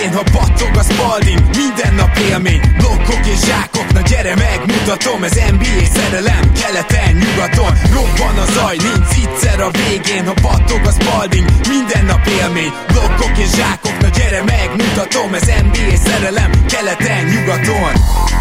végén, ha battog a Spalding, minden nap élmény, blokkok és zsákok, na gyere megmutatom, ez NBA szerelem, keleten, nyugaton, robban a zaj, nincs egyszer a végén, ha battog a Spalding, minden nap élmény, blokkok és zsákok, na gyere megmutatom, ez NBA szerelem, keleten, nyugaton.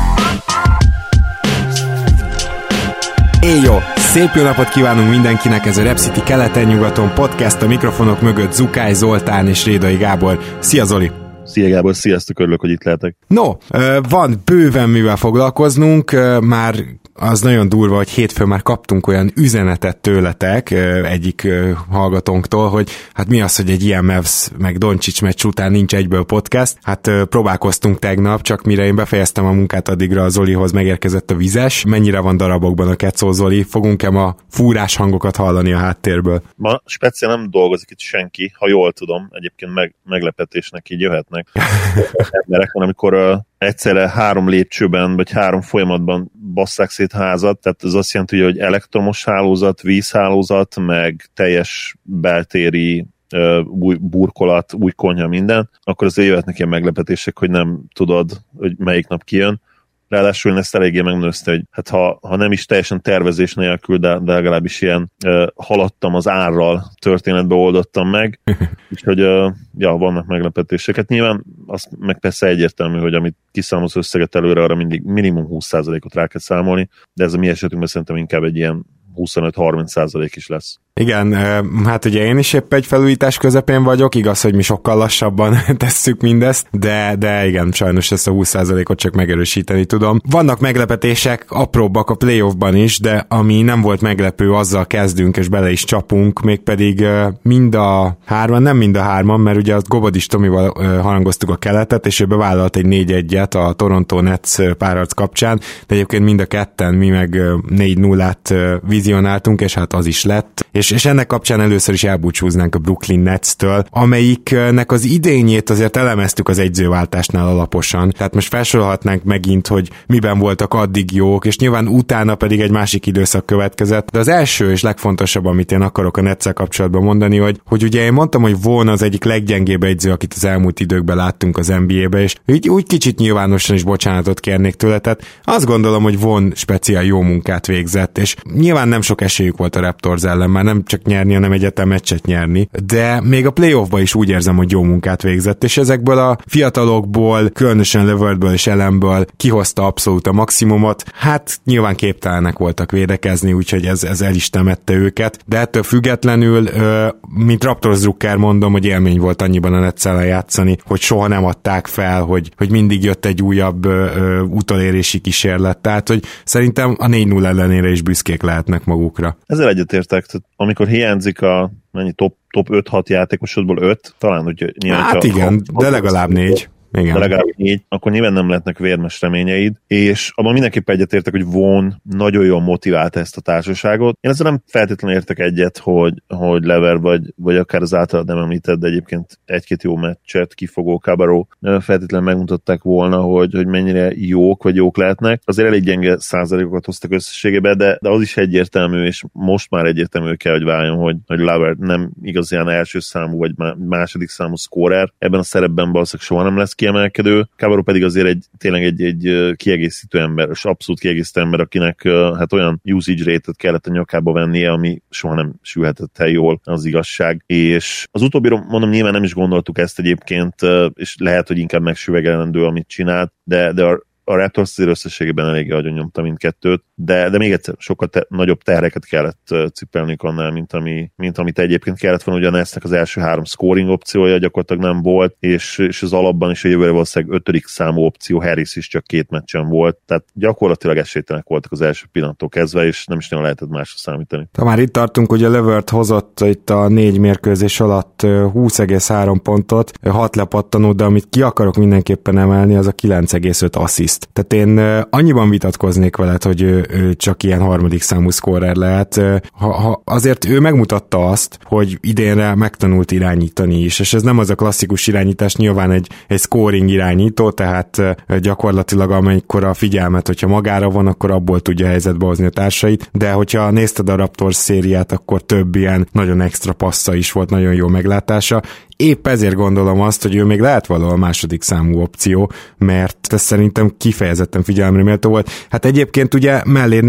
Éjjó! Szép jó napot kívánunk mindenkinek, ez a Rep City keleten-nyugaton podcast, a mikrofonok mögött Zukály Zoltán és Rédai Gábor. Szia Zoli! Szia Gábor, sziasztok, örülök, hogy itt lehetek. No, van bőven mivel foglalkoznunk, már az nagyon durva, hogy hétfőn már kaptunk olyan üzenetet tőletek egyik hallgatónktól, hogy hát mi az, hogy egy ilyen Mavs meg Doncic meccs után nincs egyből podcast. Hát próbálkoztunk tegnap, csak mire én befejeztem a munkát, addigra a Zolihoz megérkezett a vizes. Mennyire van darabokban a kecó, Zoli? Fogunk-e ma fúrás hangokat hallani a háttérből? Ma speciál nem dolgozik itt senki, ha jól tudom, egyébként meglepetésnek így jöhetnek emberek, amikor egyszerre 3 lépcsőben, vagy 3 folyamatban basszák szét házat, tehát ez azt jelenti, hogy elektromos hálózat, vízhálózat, meg teljes beltéri új burkolat, új konyha, minden, akkor azért jöhetnek ilyen meglepetések, hogy nem tudod, hogy melyik nap kijön. Ráadásul én ezt eléggé megmondozta, hogy hát ha nem is teljesen tervezés nélkül, de legalábbis ilyen haladtam az árral történetbe oldottam meg, úgyhogy vannak meglepetések. Hát nyilván az meg persze egyértelmű, hogy amit kiszámolsz összeget előre, arra mindig minimum 20%-ot rá kell számolni, de ez a mi esetünkben szerintem inkább egy ilyen 25-30% is lesz. Igen, hát ugye én is épp egy felújítás közepén vagyok, igaz, hogy mi sokkal lassabban tesszük mindezt, de igen, sajnos ezt a 20%-ot csak megerősíteni tudom. Vannak meglepetések, apróbbak a playoffban is, de ami nem volt meglepő, azzal kezdünk és bele is csapunk, mégpedig mind a hárman, mert ugye azt Gobodis Tomival harangoztuk a keletet, és ő bevállalt egy 4-1-et a Toronto Nets párharc kapcsán, de egyébként mind a ketten mi meg 4-0-át vizionáltunk, és hát az is lett. És ennek kapcsán először is elbúcsúznánk a Brooklyn Nets-től, amelyiknek az idényét azért elemeztük az egyzőváltásnál alaposan. Tehát most felsorolhatnánk megint, hogy miben voltak addig jók, és nyilván utána pedig egy másik időszak következett. De az első és legfontosabb, amit én akarok a Netszel kapcsolatban mondani, hogy ugye én mondtam, hogy Vaughn az egyik leggyengébb egyző, akit az elmúlt időkben láttunk az NBA-be, és úgy kicsit nyilvánosan is bocsánatot kérnék tőle. Tehát azt gondolom, hogy Vaughn speciál jó munkát végzett, és nyilván nem sok esélyük volt a Raptors ellen, már nem csak nyerni, hanem egyáltalán meccset nyerni, de még a playoffban is úgy érzem, hogy jó munkát végzett, és ezekből a fiatalokból, különösen Levertből és Allenből kihozta abszolút a maximumot. Hát nyilván képtelenek voltak védekezni, úgyhogy ez el is temette őket, de ettől függetlenül, mint Raptors drukker mondom, hogy élmény volt annyiban a Netszel játszani, hogy soha nem adták fel, hogy mindig jött egy újabb utolérési kísérlet, tehát hogy szerintem a 4-0 ellenére is büszkék lehetnek magukra. Ezzel egyetértek, amikor hiányzik a top 5-6 játékosodból 5, talán, hogy nyilván... Hát igen, de legalább 4. Igen. De legalább 4, akkor nyilván nem lehetnek vérmes reményeid, és abban mindenképpen egyetértek, hogy Vaughn nagyon jól motiválta ezt a társaságot. Én ezzel nem feltétlenül értek egyet, hogy Lever vagy akár az általad nem említett, de egyébként 1-2 jó meccset kifogó Cabarrot feltétlenül megmutatták volna, hogy mennyire jók vagy jók lehetnek. Azért elég gyenge százalékokat hoztak összességében, de az is egyértelmű, és most már egyértelmű kell, hogy váljon, hogy Lever nem igazán első számú vagy második számú scorer. Ebben a szerepben valószínűleg soha nem lesz kiemelkedő, Cabarrot pedig azért tényleg egy kiegészítő ember, és abszolút kiegészítő ember, akinek hát olyan usage rate-et kellett a nyakába vennie, ami soha nem sülhetett el jól, az igazság. És az utóbbiról mondom, nyilván nem is gondoltuk ezt egyébként, és lehet, hogy inkább megsüvegelendő, amit csinált, de a Raptors azért összességében eléggé agyon nyomta mindkettőt, de még egyszer sokkal nagyobb terheket kellett cipelniük annál, mint amit egyébként kellett volna, ugye a Netsnek az első 3 scoring opciója gyakorlatilag nem volt, és az alapban is a jövőre valószínűleg 5. számú opció, Harris is csak 2 meccsen volt, tehát gyakorlatilag esélytelenek voltak az első pillanattól kezdve, és nem is nagyon lehetett másra számítani. Ha már itt tartunk, hogy a Levert hozott itt a 4 mérkőzés alatt 20,3 pontot, 6 lepattanót, de amit ki akarok mindenképpen emelni, az a 9,5 assziszt. Tehát én annyiban vitatkoznék veled, hogy ő csak ilyen 3. számú scorer lehet. Azért ő megmutatta azt, hogy idénre megtanult irányítani is, és ez nem az a klasszikus irányítás, nyilván egy scoring irányító, tehát gyakorlatilag amikor a figyelmet, hogyha magára van, akkor abból tudja helyzetbe hozni a társait, de hogyha nézted a Raptors szériát, akkor több ilyen nagyon extra passza is volt, nagyon jó meglátása. épp ezért gondolom azt, hogy ő még lehet valahol második számú opció, mert ez szerintem kifejezetten figyelemre méltó volt. Hát egyébként ugye mellé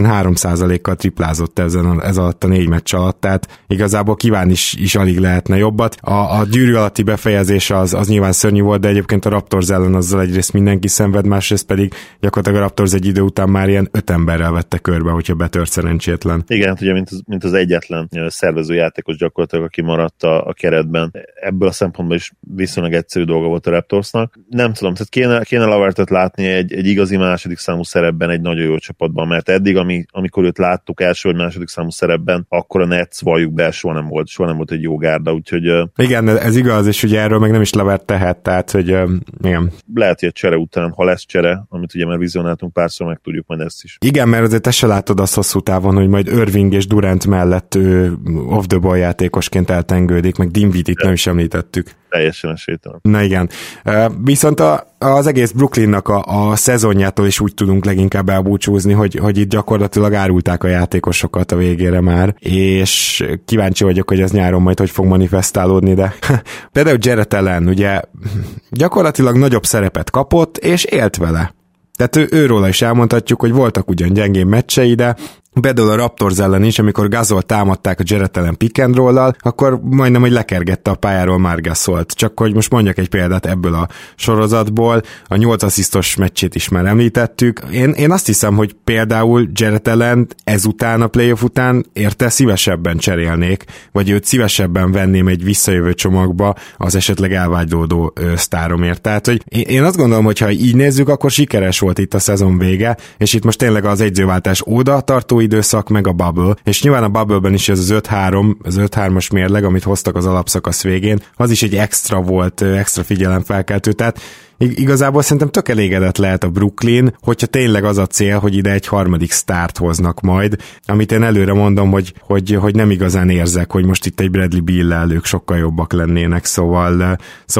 43%-kal triplázott ez alatt a 4 meccs alatt, tehát igazából kíván is alig lehetne jobbat. A gyűrű alatti befejezés az nyilván szörnyű volt, de egyébként a Raptors ellen azzal egyrészt mindenki szenved, másrészt pedig gyakorlatilag a Raptors egy idő után már ilyen 5 emberrel vette körbe, hogyha betört szerencsétlen. Igen, hát ugye mint az egyetlen szervezőjátékos gyakorlatilag, aki maradt a keretben. Ebből a szempontból is viszonylag egyszerű dolga volt a Raptorsnak. Nem tudom, tehát kéne Lavertet látni egy igazi második számú szerepben egy nagyon jó csapatban, mert eddig, amikor őt láttuk első vagy második számú szerepben, akkor a Nets, valljuk be, soha nem volt egy jó gárda, úgyhogy... Igen, ez igaz, és ugye erről meg nem is Levert tehet, tehát, hogy igen. Lehet, hogy a csere után, ha lesz csere, amit ugye már vizionáltunk párszor, meg tudjuk majd ezt is. Igen, mert azért te se látod azt hosszú távon, hogy majd Irving és Durant mellett ő off the ball játékosként eltengődik, meg Dinwiddie-t nem is említettük. Teljesen esélytelen. Na igen. Viszont az egész Brooklynnak a szezonjától is úgy tudunk leginkább elbúcsúzni, hogy itt gyakorlatilag árulták a játékosokat a végére már, és kíváncsi vagyok, hogy ez nyáron majd hogy fog manifestálódni, de például Jarrett Allen ugye gyakorlatilag nagyobb szerepet kapott, és élt vele. Tehát őróla is elmondhatjuk, hogy voltak ugyan gyengén meccsei, de például a Raptors ellen is, amikor Gasol támadták a Jarrett Allen pick and roll-lal, akkor majdnem, hogy lekergette a pályáról már Gasolt. Csak hogy most mondjak egy példát ebből a sorozatból, a 8 asszisztos meccsét is már említettük. Én azt hiszem, hogy például Jarrett Allen ezután a playoff után érte szívesebben cserélnék, vagy őt szívesebben venném egy visszajövő csomagba az esetleg elvágylódó sztáromért. Tehát, hogy én azt gondolom, hogy ha így nézzük, akkor sikeres volt itt a szezon vége, és itt most tényleg az egyzőváltás oda tartó időszak, meg a bubble, és nyilván a bubble-ben is ez az 5-3-as mérleg, amit hoztak az alapszakasz végén, az is egy extra volt, extra figyelemfelkeltő, tehát igazából szerintem tök elégedett lehet a Brooklyn, hogyha tényleg az a cél, hogy ide egy harmadik sztárt hoznak majd, amit én előre mondom, hogy nem igazán érzek, hogy most itt egy Bradley Beal-lel ők sokkal jobbak lennének, szóval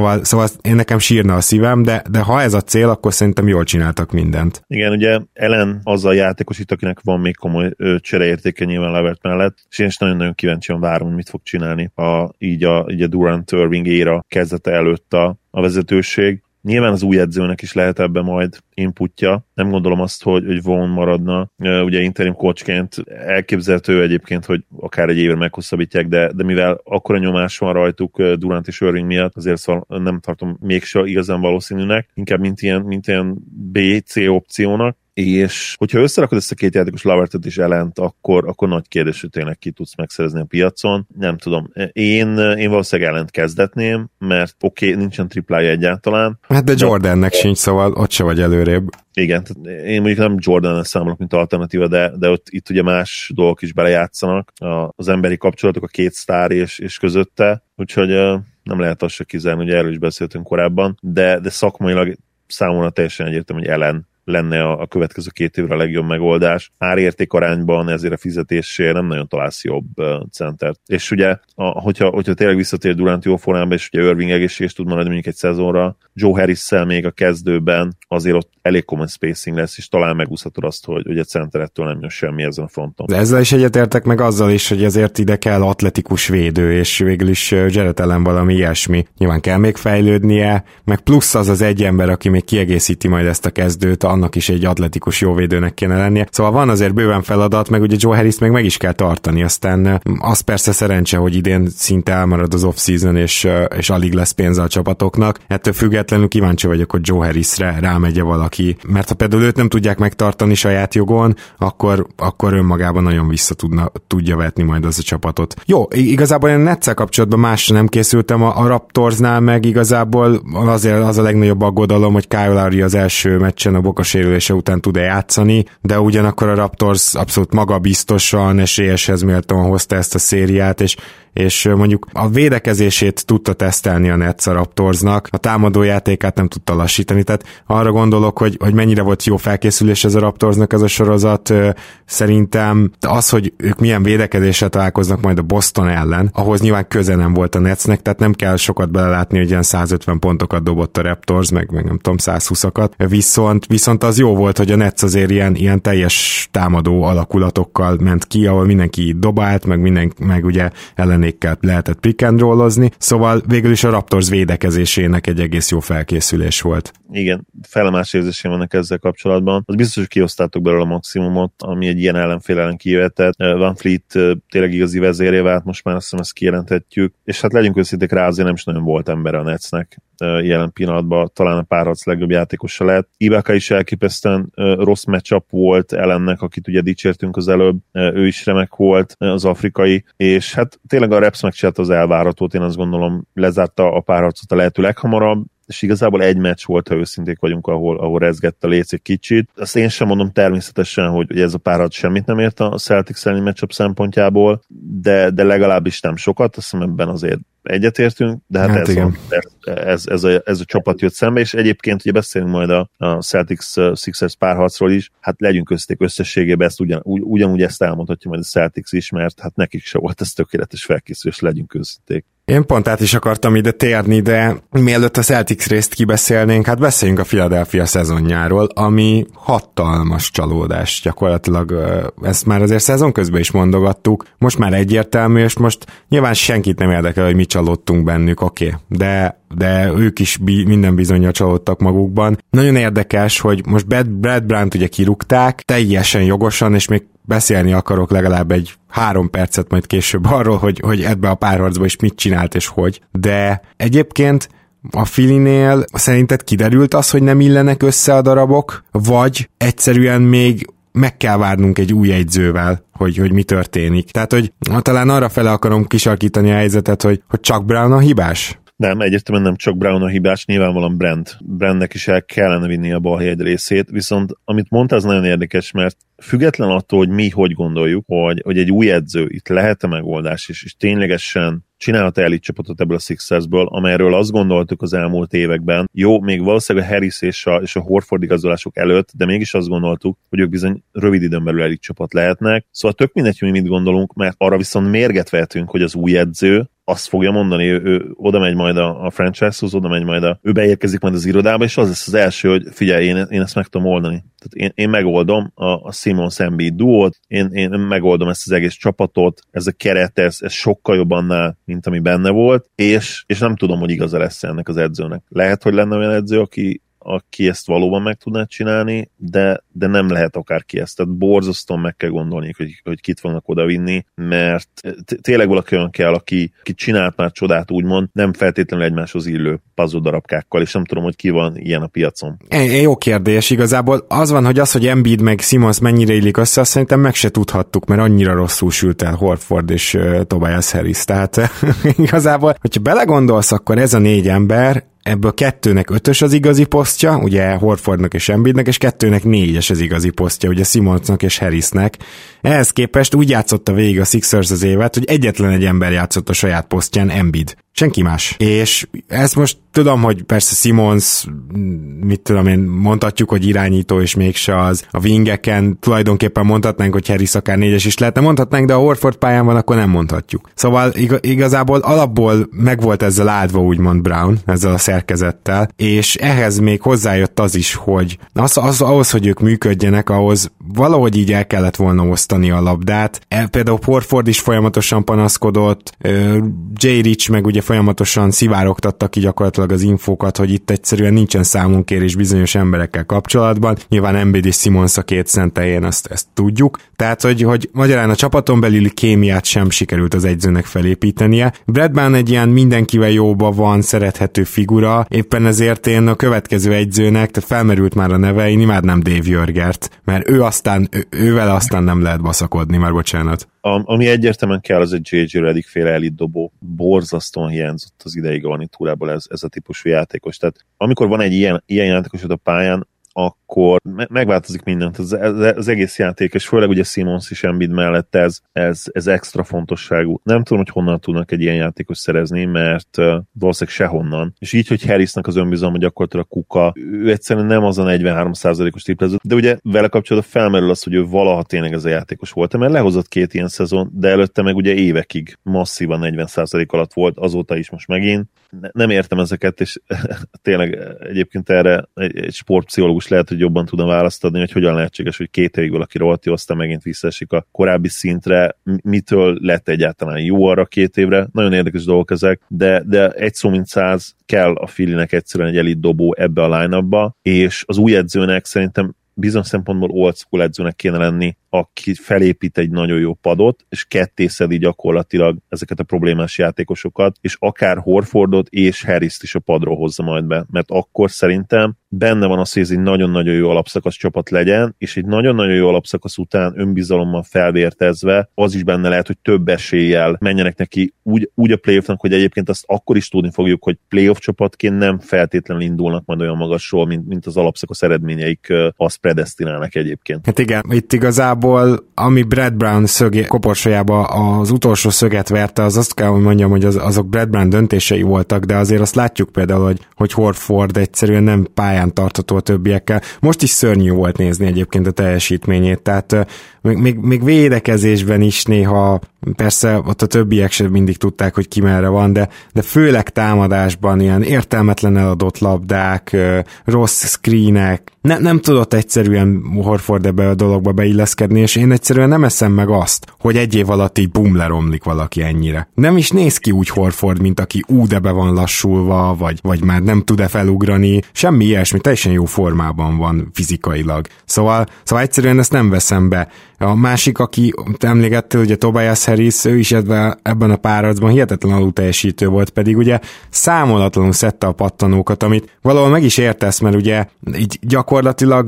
én nekem sírna a szívem, de ha ez a cél, akkor szerintem jól csináltak mindent. Igen, ugye Allen az a játékos itt, akinek van még komoly csereértéke nyilván Levert mellett, és én is nagyon-nagyon kíváncsian várom, hogy mit fog csinálni így a Durant Irving éra kezdete előtt a vezetőség. Nyilván az új edzőnek is lehet ebbe majd inputja. Nem gondolom azt, hogy Vaughn maradna. Ugye interim coachként elképzelhető egyébként, hogy akár egy évre meghosszabbítják, de mivel akkora nyomás van rajtuk Durant és Irving miatt, azért nem tartom mégse igazán valószínűnek, inkább mint ilyen B-C opciónak. És hogyha összerakod ezt a két játékos, Lavertet és Allent, akkor nagy kérdés, hogy tényleg ki tudsz megszerezni a piacon. Nem tudom. Én valószínűleg Allent kezdetném, mert nincsen triplája egyáltalán. Hát de Jordannek sincs, szóval ott se vagy előrébb. Igen, én mondjuk nem Jordan-nel számolok, mint alternatíva, de itt ugye más dolgok is belejátszanak. Az emberi kapcsolatok a két sztár és közötte, úgyhogy nem lehet azt se kizárni, ugye erről is beszéltünk korábban, de szakmailag számomra teljesen egyértelmű, hogy Allen lenne a következő 2 évre a legjobb megoldás. Árérték arányban ezért a fizetésért nem nagyon találsz jobb centert. És ugye, hogyha tényleg visszatér Durant jó formában, és ugye Irving egészséges tud maradni mondjuk egy szezonra, Joe Harris-szel még a kezdőben azért ott elég common spacing lesz, és talán megúszhatod azt, hogy a centerettől nem jön semmi ezen a fronton. De ezzel is egyetértek, meg azzal is, hogy azért ide kell atletikus védő, és végül is Jarrett Allen valami ilyesmi. Nyilván kell még fejlődnie, meg plusz az egy ember, aki még kiegészíti majd ezt a kezdőt, annak is egy atletikus jóvédőnek kéne lennie. Szóval van azért bőven feladat, meg ugye Joe Harris meg is kell tartani, aztán az persze szerencse, hogy idén szinte elmarad az off-season, és alig lesz pénze a csapatoknak. Ettől függetlenül kíváncsi vagyok, hogy Joe Harrisre rámegye valaki, mert ha például őt nem tudják megtartani saját jogon, akkor önmagában nagyon tudja vetni majd az a csapatot. Jó, igazából én Netszel kapcsolatban másra nem készültem, a Raptorsnál meg igazából azért az a legnagyobb aggodalom, hogy Kyle Lowry az első meccsen a bokasérülése után tud-e játszani, de ugyanakkor a Raptors abszolút magabiztosan, esélyeshez méltóan hozta ezt a szériát, és mondjuk a védekezését tudta tesztelni a Nets a Raptorsnak, a támadó játékát nem tudta lassítani, tehát arra gondolok, hogy mennyire volt jó felkészülés ez a Raptorsnak ez a sorozat, szerintem az, hogy ők milyen védekezéssel találkoznak majd a Boston ellen, ahhoz nyilván köze nem volt a Netsnek, tehát nem kell sokat belelátni, hogy ilyen 150 pontokat dobott a Raptors, meg nem tudom, 120-akat, viszont az jó volt, hogy a Nets azért ilyen teljes támadó alakulatokkal ment ki, ahol mindenki dobált, meg ugye ellenékkel lehetett pick and rollozni, szóval végül is a Raptors védekezésének egy egész jó felkészülés volt. Igen, felemás érzésén vannak ezzel kapcsolatban. Az biztos, hogy kiosztátok belőle a maximumot, ami egy ilyen ellenfél ellen kijöhetett. Van Fleet tényleg igazi vezéré vált, most már azt hiszem ezt kijelenthetjük, és hát legyünk őszinték rá, azért nem is nagyon volt ember a Netsnek jelen pillanatban, talán a párharc legjobb játékosa lett. Ibaka is elképesztően rossz matchup volt ellennek, akit ugye dicsértünk az előbb, ő is remek volt, az afrikai, és hát tényleg a Raps megcsinálta az elváratót, én azt gondolom lezárta a párharcot a lehető leghamarabb, és igazából egy meccs volt, ha őszinték vagyunk, ahol rezgett a léc egy kicsit. Azt én sem mondom természetesen, hogy ez a párharc semmit nem ért a Celtics elleni matchup szempontjából, de legalábbis nem sokat, azt hiszem ebben azért egyetértünk, de hát ez a csapat jött szembe, és egyébként ugye beszélünk majd a Celtics-Sixers párharcról is, hát legyünk közték összességében, ezt ugyanúgy ezt elmondhatja majd a Celtics is, mert hát nekik se volt ez tökéletes felkészülés, legyünk őszinték. Én pont át is akartam ide térni, de mielőtt a Celtics részt kibeszélnénk, hát beszéljünk a Philadelphia szezonjáról, ami hatalmas csalódás gyakorlatilag. Ezt már azért szezon közben is mondogattuk, most már egyértelmű, és most nyilván senkit nem érdekel, hogy mi csalódtunk bennük, oké. De ők is minden bizonnyal csalódtak magukban. Nagyon érdekes, hogy most Brad Brown-t ugye kirúgták, teljesen jogosan, és még beszélni akarok legalább egy 3 percet majd később arról, hogy ebbe a párharcba is mit csinált és hogy. De egyébként a Phillynél szerinted kiderült az, hogy nem illenek össze a darabok, vagy egyszerűen még meg kell várnunk egy új egyzővel, hogy mi történik. Tehát, hogy talán arra fele akarom kisarkítani a helyzetet, hogy csak Brown a hibás? Nem, egyértelműen nem csak Brown a hibás, nyilvánvalóan Brandnek is el kellene vinni a balhely egy részét, viszont amit mondta, az nagyon érdekes, mert független attól, hogy mi hogy gondoljuk, hogy egy új edző itt lehet-e megoldás, és ténylegesen csinálhat elit csapatot ebből a Sixersből, amelyről azt gondoltuk az elmúlt években. Jó, még valószínűleg a Harris és a Horford igazolások előtt, de mégis azt gondoltuk, hogy ők bizony rövid időn belül elit csapat lehetnek. Szóval tök mindegy, hogy mit gondolunk, mert arra viszont mérget vehetünk, hogy az új edző azt fogja mondani, ő oda megy majd a franchise-hoz, oda megy majd ő beérkezik majd az irodába, és az lesz az első, hogy figyelj, én ezt meg tudom oldani. Tehát én megoldom a Simmons Embiid duót, én megoldom ezt az egész csapatot, ez a keret, ez sokkal jobb annál, mint ami benne volt, és nem tudom, hogy igaza lesz ennek az edzőnek. Lehet, hogy lenne olyan edző, aki ezt valóban meg tudná csinálni, de nem lehet akárki ezt. Tehát borzasztóan meg kell gondolni, hogy kit fognak oda vinni, mert tényleg valaki olyan kell, aki csinált már csodát, úgymond, nem feltétlenül egymáshoz illő puzzle darabkákkal, és nem tudom, hogy ki van ilyen a piacon. Jó kérdés, igazából az van, hogy Embiid meg Simmons mennyire illik össze, azt szerintem meg se tudhattuk, mert annyira rosszul sült el Horford és Tobias Harris, tehát igazából, hogyha belegondolsz, akkor ez a 4 ember, ebből 2-nek 5-ös az igazi posztja, ugye Horfordnak és Embiidnek, és 2-nek 4-es az igazi posztja, ugye Simmonsnak és Harrisnek. Ehhez képest úgy játszotta végig a Sixers az évet, hogy egyetlen egy ember játszott a saját posztján, Embiid. Senki más. És ezt most tudom, hogy persze Simmons, mit tudom én, mondhatjuk, hogy irányító, és mégse az. A wingeken tulajdonképpen mondhatnánk, hogy Harris akár 4-es is lehetne, mondhatnánk, de a Horford pályán van, akkor nem mondhatjuk. Szóval igazából alapból meg volt ezzel áldva, úgymond Brown, ezzel a szerkezettel, és ehhez még hozzájött az is, hogy ahhoz, hogy ők működjenek, ahhoz valahogy így el kellett volna osztani a labdát. Például Horford is folyamatosan panaszkodott, Jay Rich meg ugye folyamatosan szivárogtattak ki gyakorlatilag az infókat, hogy itt egyszerűen nincsen számunkérés bizonyos emberekkel kapcsolatban. Nyilván Embiid és Simmons a 2 szentelyén, ezt tudjuk. Tehát, hogy magyarán a csapaton belüli kémiát sem sikerült az egyzőnek felépítenie. Brad Brown egy ilyen mindenkivel jóban van, szerethető figura, éppen ezért én a következő egyzőnek, tehát felmerült már a neve, én imádnám Dave Jörgert, mert ővele aztán nem lehet baszakodni, már bocsánat. Ami egyértelműen kell, az egy JJ Redick féle elitdobó. Borzasztóan hiányzott az idei garnitúrából ez a típusú játékos. Tehát amikor van egy ilyen játékosod a pályán, akkor megváltozik mindent. Az egész játék, és főleg ugye Simmons és Embiid mellett ez extra fontosságú. Nem tudom, hogy honnan tudnak egy ilyen játékos szerezni, mert valószínűleg sehonnan. És így, hogy Harrisnak az önbizalma gyakorlatilag kuka, ő egyszerűen nem az a 43%-os triplázó, de ugye vele kapcsolatban felmerül az, hogy ő valaha tényleg ez a játékos volt, mert lehozott 2 ilyen szezon, de előtte meg ugye évekig masszívan 40% alatt volt, azóta is most megint. Nem értem ezeket, és tényleg egyébként erre egy sportpszichológus lehet, hogy jobban tudna választ adni, hogy hogyan lehetséges, hogy 2 évig valaki rohadt jó, aztán megint visszaesik a korábbi szintre, mitől lett egyáltalán jó arra 2 évre. Nagyon érdekes dolgok ezek, de egy szó mint 100 kell a Phillynek egyszerűen egy elit dobó ebbe a line-upba, és az új edzőnek szerintem bizonyos szempontból old school edzőnek kéne lenni, aki felépít egy nagyon jó padot, és kettészedi gyakorlatilag ezeket a problémás játékosokat, és akár Horfordot és Harrist is a padról hozza majd be, mert akkor szerintem benne van az, hogy ez egy nagyon-nagyon jó alapszakasz csapat legyen, és egy nagyon-nagyon jó alapszakasz után önbizalommal felvértezve, az is benne lehet, hogy több eséllyel menjenek neki úgy a playoffnak, hogy egyébként azt akkor is tudni fogjuk, hogy playoff csapatként nem feltétlenül indulnak majd olyan magasról, mint az alapszakasz eredményeik azt predesztinálnak egyébként. Hát igen, itt igazából, ami Brad Brown koporsójába az utolsó szöget verte, az azt kell, hogy mondjam, hogy azok Brad Brown döntései voltak, de azért azt látjuk például, hogy Horford egyszerűen nem pályán tartható a többiekkel. Most is szörnyű volt nézni egyébként a teljesítményét, tehát még védekezésben is néha, persze ott a többiek sem mindig tudták, hogy ki merre van, de főleg támadásban ilyen értelmetlen eladott labdák, rossz screenek, nem tudott egyszerűen Horford ebbe a dologba beilleszkedni, és én egyszerűen nem eszem meg azt, hogy egy év alatt így bum leromlik valaki ennyire. Nem is néz ki úgy Horford, mint aki de be van lassulva, vagy már nem tud-e felugrani, semmi ilyesmi, teljesen jó formában van fizikailag. Szóval egyszerűen ezt nem veszem be. A másik, aki emlékeztél, ugye Tobias Harris, ő is ebben a párharcban hihetetlen alulteljesítő volt, pedig ugye számolatlanul szedte a pattanókat, amit valahol meg is értesz, mert ugye így gyakorlatilag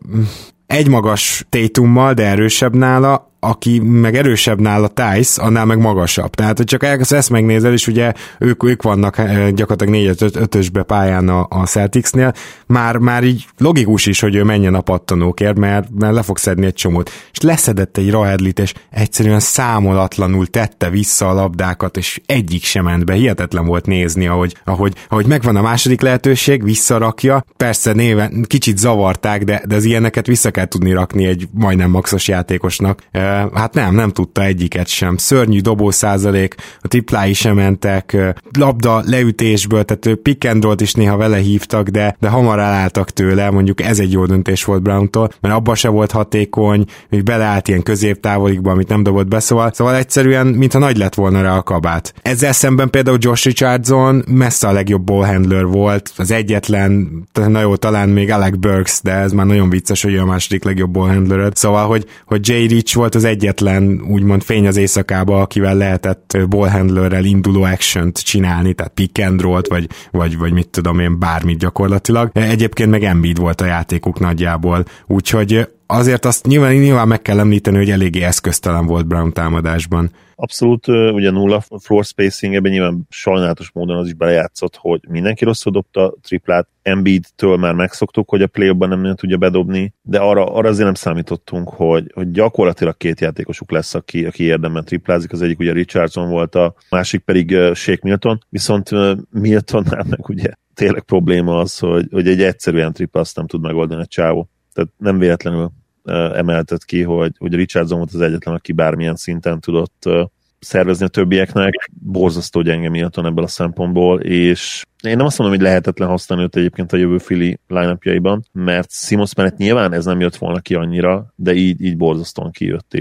egy magas Tatummal, de erősebb nála, aki meg erősebb nála Tice, annál meg magasabb. Tehát, hogy csak ezt megnézel, és ugye ők vannak gyakorlatilag 4-5-ösbe pályán a Celticsnél, már így logikus is, hogy ő menjen a pattanókért, mert le fog szedni egy csomót. És leszedett egy Rahedlit, és egyszerűen számolatlanul tette vissza a labdákat, és egyik sem ment be. Hihetetlen volt nézni, ahogy megvan a második lehetőség, visszarakja. Persze néven kicsit zavarták, de az ilyeneket vissza kell tudni rakni egy majdnem maxos játékosnak. Hát nem tudta egyiket sem. Szörnyű dobószázalék, a triplái sem mentek, labda leütésből, tehát ő pick and roll-t is néha vele hívtak, de hamar elálltak tőle, mondjuk ez egy jó döntés volt Browntól, mert abba se volt hatékony, még beleállt ilyen középtávolikba, amit nem dobott be, szóval egyszerűen, mintha nagy lett volna rá a kabát. Ezzel szemben például Josh Richardson messze a legjobb ballhandler volt, az egyetlen, na jó, talán még Alec Burks, de ez már nagyon vicces, hogy a második legjobb ballhandler. Szóval, hogy Jay Rich volt az egyetlen úgymond fény az éjszakába, akivel lehetett ballhandlerrel induló action-t csinálni, tehát pick and roll-t, vagy mit tudom én, bármit gyakorlatilag. Egyébként meg Embiid volt a játékuk nagyjából, úgyhogy azért azt nyilván meg kell említeni, hogy eléggé eszköztelen volt Brown támadásban. Abszolút, ugye nulla floor spacing, ebben nyilván sajnálatos módon az is belejátszott, hogy mindenki rosszul dobta triplát, Embiidtől már megszoktuk, hogy a play-offban nem tudja bedobni, de arra azért nem számítottunk, hogy gyakorlatilag 2 játékosuk lesz, aki érdemben triplázik, az egyik ugye Richardson volt, a másik pedig Shake Milton, viszont Miltonnál meg ugye tényleg probléma az, hogy egy egyszerűen tripla azt nem tud megoldani a csávó. Tehát nem véletlenül emeltet ki, hogy Richardson volt az egyetlen, aki bármilyen szinten tudott szervezni a többieknek. Borzasztó gyenge Milton ebből a szempontból, és én nem azt mondom, hogy lehetetlen használni őt egyébként a jövő Philly line-upjaiban, mert Simmons mellett nyilván ez nem jött volna ki annyira, de így borzasztóan kijött,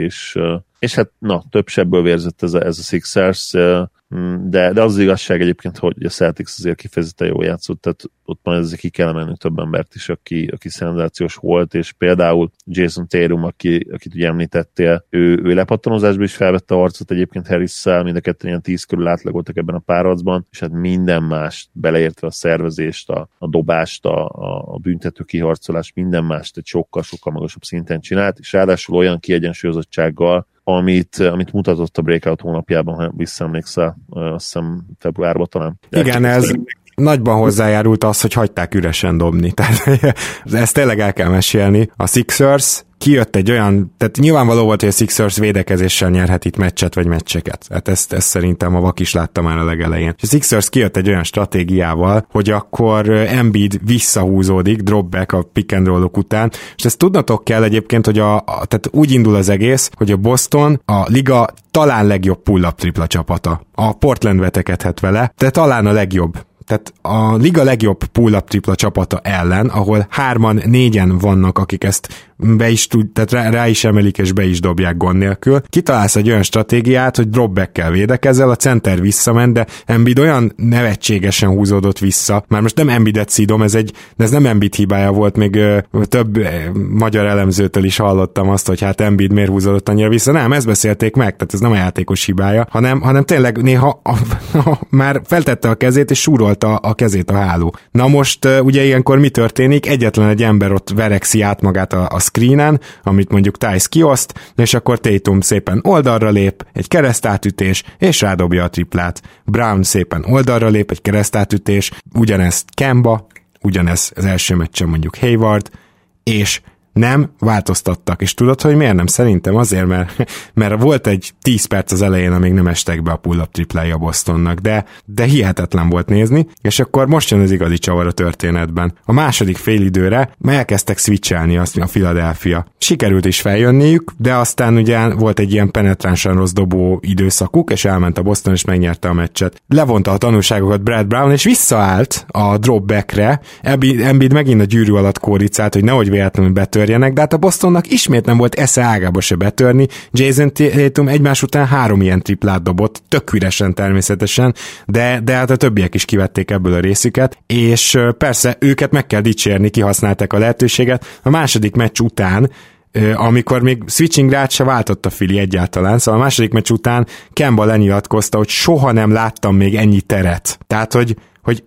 és hát több sebből vérzett ez a Sixers, de az igazság egyébként, hogy a Celtics azért kifejezetten jól játszott, tehát ott már ezzel ki kell emelni több embert is, aki szenzációs volt, és például Jason Tatum, akit ugye említettél, ő lepattanozásban is felvette a harcot egyébként Harris-szel, mind a ketten ilyen 10 körül átlagoltak ebben a párharcban, és hát minden mást, beleértve a szervezést, a dobást, a büntető kiharcolást, minden mást egy sokkal-sokkal magasabb szinten csinált, és ráadásul olyan kiegyensúlyozottsággal, amit mutatott a Breakout hónapjában, ha visszaemlékszel, azt hiszem februárban talán. Igen, nagyban hozzájárult az, hogy hagyták üresen dobni. Tehát ezt tényleg el kell mesélni. A Sixers kijött egy olyan, tehát nyilvánvaló volt, hogy a Sixers védekezéssel nyerhet itt meccset vagy meccseket. Hát ezt szerintem a vak is látta már a legelején. És a Sixers kijött egy olyan stratégiával, hogy akkor Embiid visszahúzódik, dropback a pick and roll-ok után, és ezt tudnatok kell egyébként, hogy tehát úgy indul az egész, hogy a Boston a liga talán legjobb pull-up tripla csapata. A Portland vetekedhet vele, de talán a legjobb. Tehát a liga legjobb pull-up tripla csapata ellen, ahol 3-4 vannak, akik ezt be is tehát rá is emelik és be is dobják gond nélkül. Kitalálsz egy olyan stratégiát, hogy dropback-kel védekezel, a center visszament, de Embiid olyan nevetségesen húzódott vissza. Már most nem Embiidet szídom, ez nem Embiid hibája volt, még több magyar elemzőtől is hallottam azt, hogy hát Embiid miért húzódott annyira vissza. Nem, ezt beszélték meg, tehát ez nem a játékos hibája, hanem tényleg néha már feltette a kezét és súrolta a kezét a háló. Na most ugye ilyenkor mi történik? Egyetlen egy ember ott verekszi át magát a screenen, amit mondjuk Tice kioszt, és akkor Tatum szépen oldalra lép, egy keresztátütés, és rádobja a triplát. Brown szépen oldalra lép, egy keresztátütés, ugyanezt Kemba, ugyanez az első meccsen mondjuk Hayward, és nem változtattak. És tudod, hogy miért nem? Szerintem azért, mert volt egy 10 perc az elején, amíg nem estek be a pull-up triplái a Bostonnak, de hihetetlen volt nézni, és akkor most jön az igazi csavar a történetben. A második félidőre elkezdtek switchelni a Philadelphia. Sikerült is feljönniük, de aztán ugye volt egy ilyen penetránsan rossz dobó időszakuk, és elment a Boston, és megnyerte a meccset. Levonta a tanulságokat Brad Brown, és visszaállt a dropbackre. Embiid megint a gyűrű alatt kóricált, hogy nehogy véletlenül betörjenek, de hát a Bostonnak ismét nem volt esze ágába se betörni. Jason Tatum egymás után 3 ilyen triplát dobott, tök üresen természetesen, de hát a többiek is kivették ebből a részüket, és persze őket meg kell dicsérni, kihasználták a lehetőséget. A második meccs után, amikor még switching rát se váltott a Philly egyáltalán, szóval a második meccs után Kemba lenyilatkozta, hogy soha nem láttam még ennyi teret. Tehát, hogy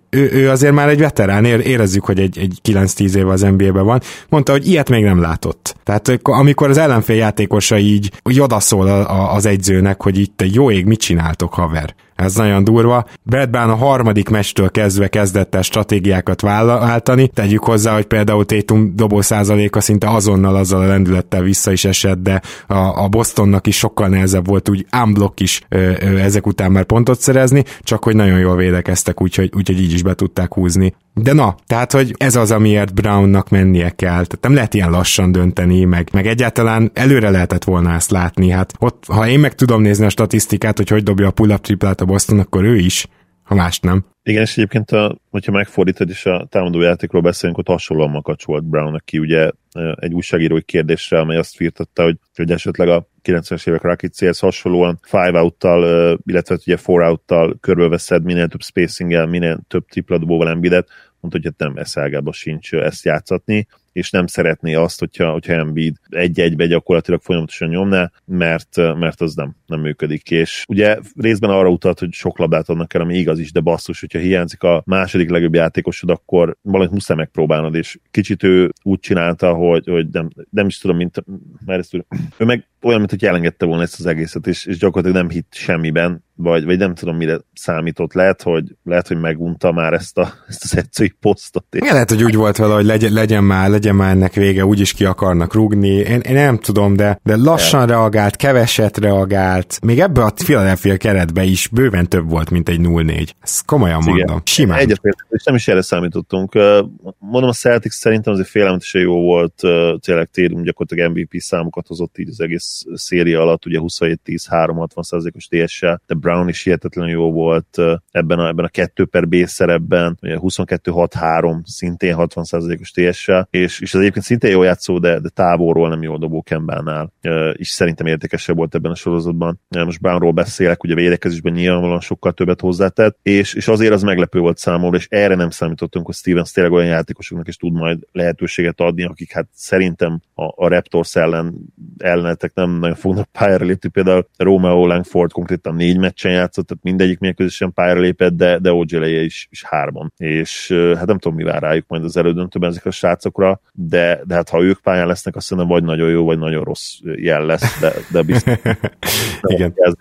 ő azért már egy veterán, érezzük, hogy egy 9-10 éve az NBA-ben van, mondta, hogy ilyet még nem látott. Tehát amikor az ellenfél játékosa így odaszól az egyzőnek, hogy itt jó ég, mit csináltok, haver? Ez nagyon durva. Brad Brown a harmadik meccstől kezdve kezdett el stratégiákat váltani. Tegyük hozzá, hogy például Tatum dobó százaléka szinte azonnal azzal a lendülettel vissza is esett, de a Bostonnak is sokkal nehezebb volt úgy unblock is ezek után már pontot szerezni, csak hogy nagyon jól védekeztek, úgyhogy így is be tudták húzni. De na, tehát, hogy ez az, amiért Brownnak mennie kell. Tehát nem lehet ilyen lassan dönteni, meg egyáltalán előre lehetett volna ezt látni. Hát ott, ha én meg tudom nézni a statisztikát, hogy dobja a pull-up triplát a Boston, akkor ő is, ha mást nem. Igen, és egyébként, hogyha megfordítod és a támadójátékról beszélünk, ott hasonlóan makacs volt Brown, aki ugye egy újságírói kérdésre, amely azt firtatta, hogy esetleg a 90-es évek Rocketshez hasonlóan 5 out-tal, illetve ugye 4 out-tal körbeveszed minél több spacinggel, minél több tripladobóval Embiidet, mondta, hogy hát nem eszágába sincs ezt játszatni, és nem szeretné azt, hogyha Embiid egy-egybe gyakorlatilag folyamatosan nyomná, mert az nem működik. És ugye részben arra utalt, hogy sok labdát adnak el, ami igaz is, de basszus, hogyha hiányzik a második legjobb játékosod, akkor valamit muszáj megpróbálnod, és kicsit ő úgy csinálta, hogy nem is tudom, ő meg olyan, mint hogy elengedte volna ezt az egészet, és gyakorlatilag nem hitt semmiben, vagy nem tudom, mire számított. Lehet, hogy megunta már ezt az edzői posztot. Lehet, hogy úgy volt vele, hogy legyen már ennek vége, úgyis ki akarnak rúgni. Én nem tudom, de lassan reagált, keveset reagált. Még ebbe a Philadelphia keretbe is bőven több volt, mint egy 0-4. Ezt komolyan mondom. Simán. Egyetértek, és nem is erre számítottunk. Mondom, a Celtics szerintem azért félelmetesen jó volt. Tényleg Tatum gyakorlatilag MVP számokat hozott így az egész széria alatt, ugye 27-10, 3-60%-os TS-sel, de Brown is hihetetlenül jó volt ebben a 2/B szerepben, 22-6-3, szintén 60%-os TS-sel, és az egyébként szintén jó játszó, de távolról nem jól dobó Kembánál, és szerintem értékesebb volt ebben a sorozatban. Most Brownról beszélek, ugye védekezésben nyilvánvalóan sokkal többet hozzátett, és azért az meglepő volt számomra, és erre nem számítottunk, hogy Stevens tényleg olyan játékosoknak is tud majd lehetőséget adni, akik hát szerintem a Raptors ellenetek nem nagyon fognak pályára lépni, például Romeo Langford konkrétan 4 meccsen játszott, tehát mindegyik mérkőzésen pályára lépett, de OJ-je is 3. És hát nem tudom, mi vár rájuk majd az elődöntőben ezekre a srácokra, de hát ha ők pályán lesznek, azt hiszem vagy nagyon jó, vagy nagyon rossz jel lesz, de biztos. Igen.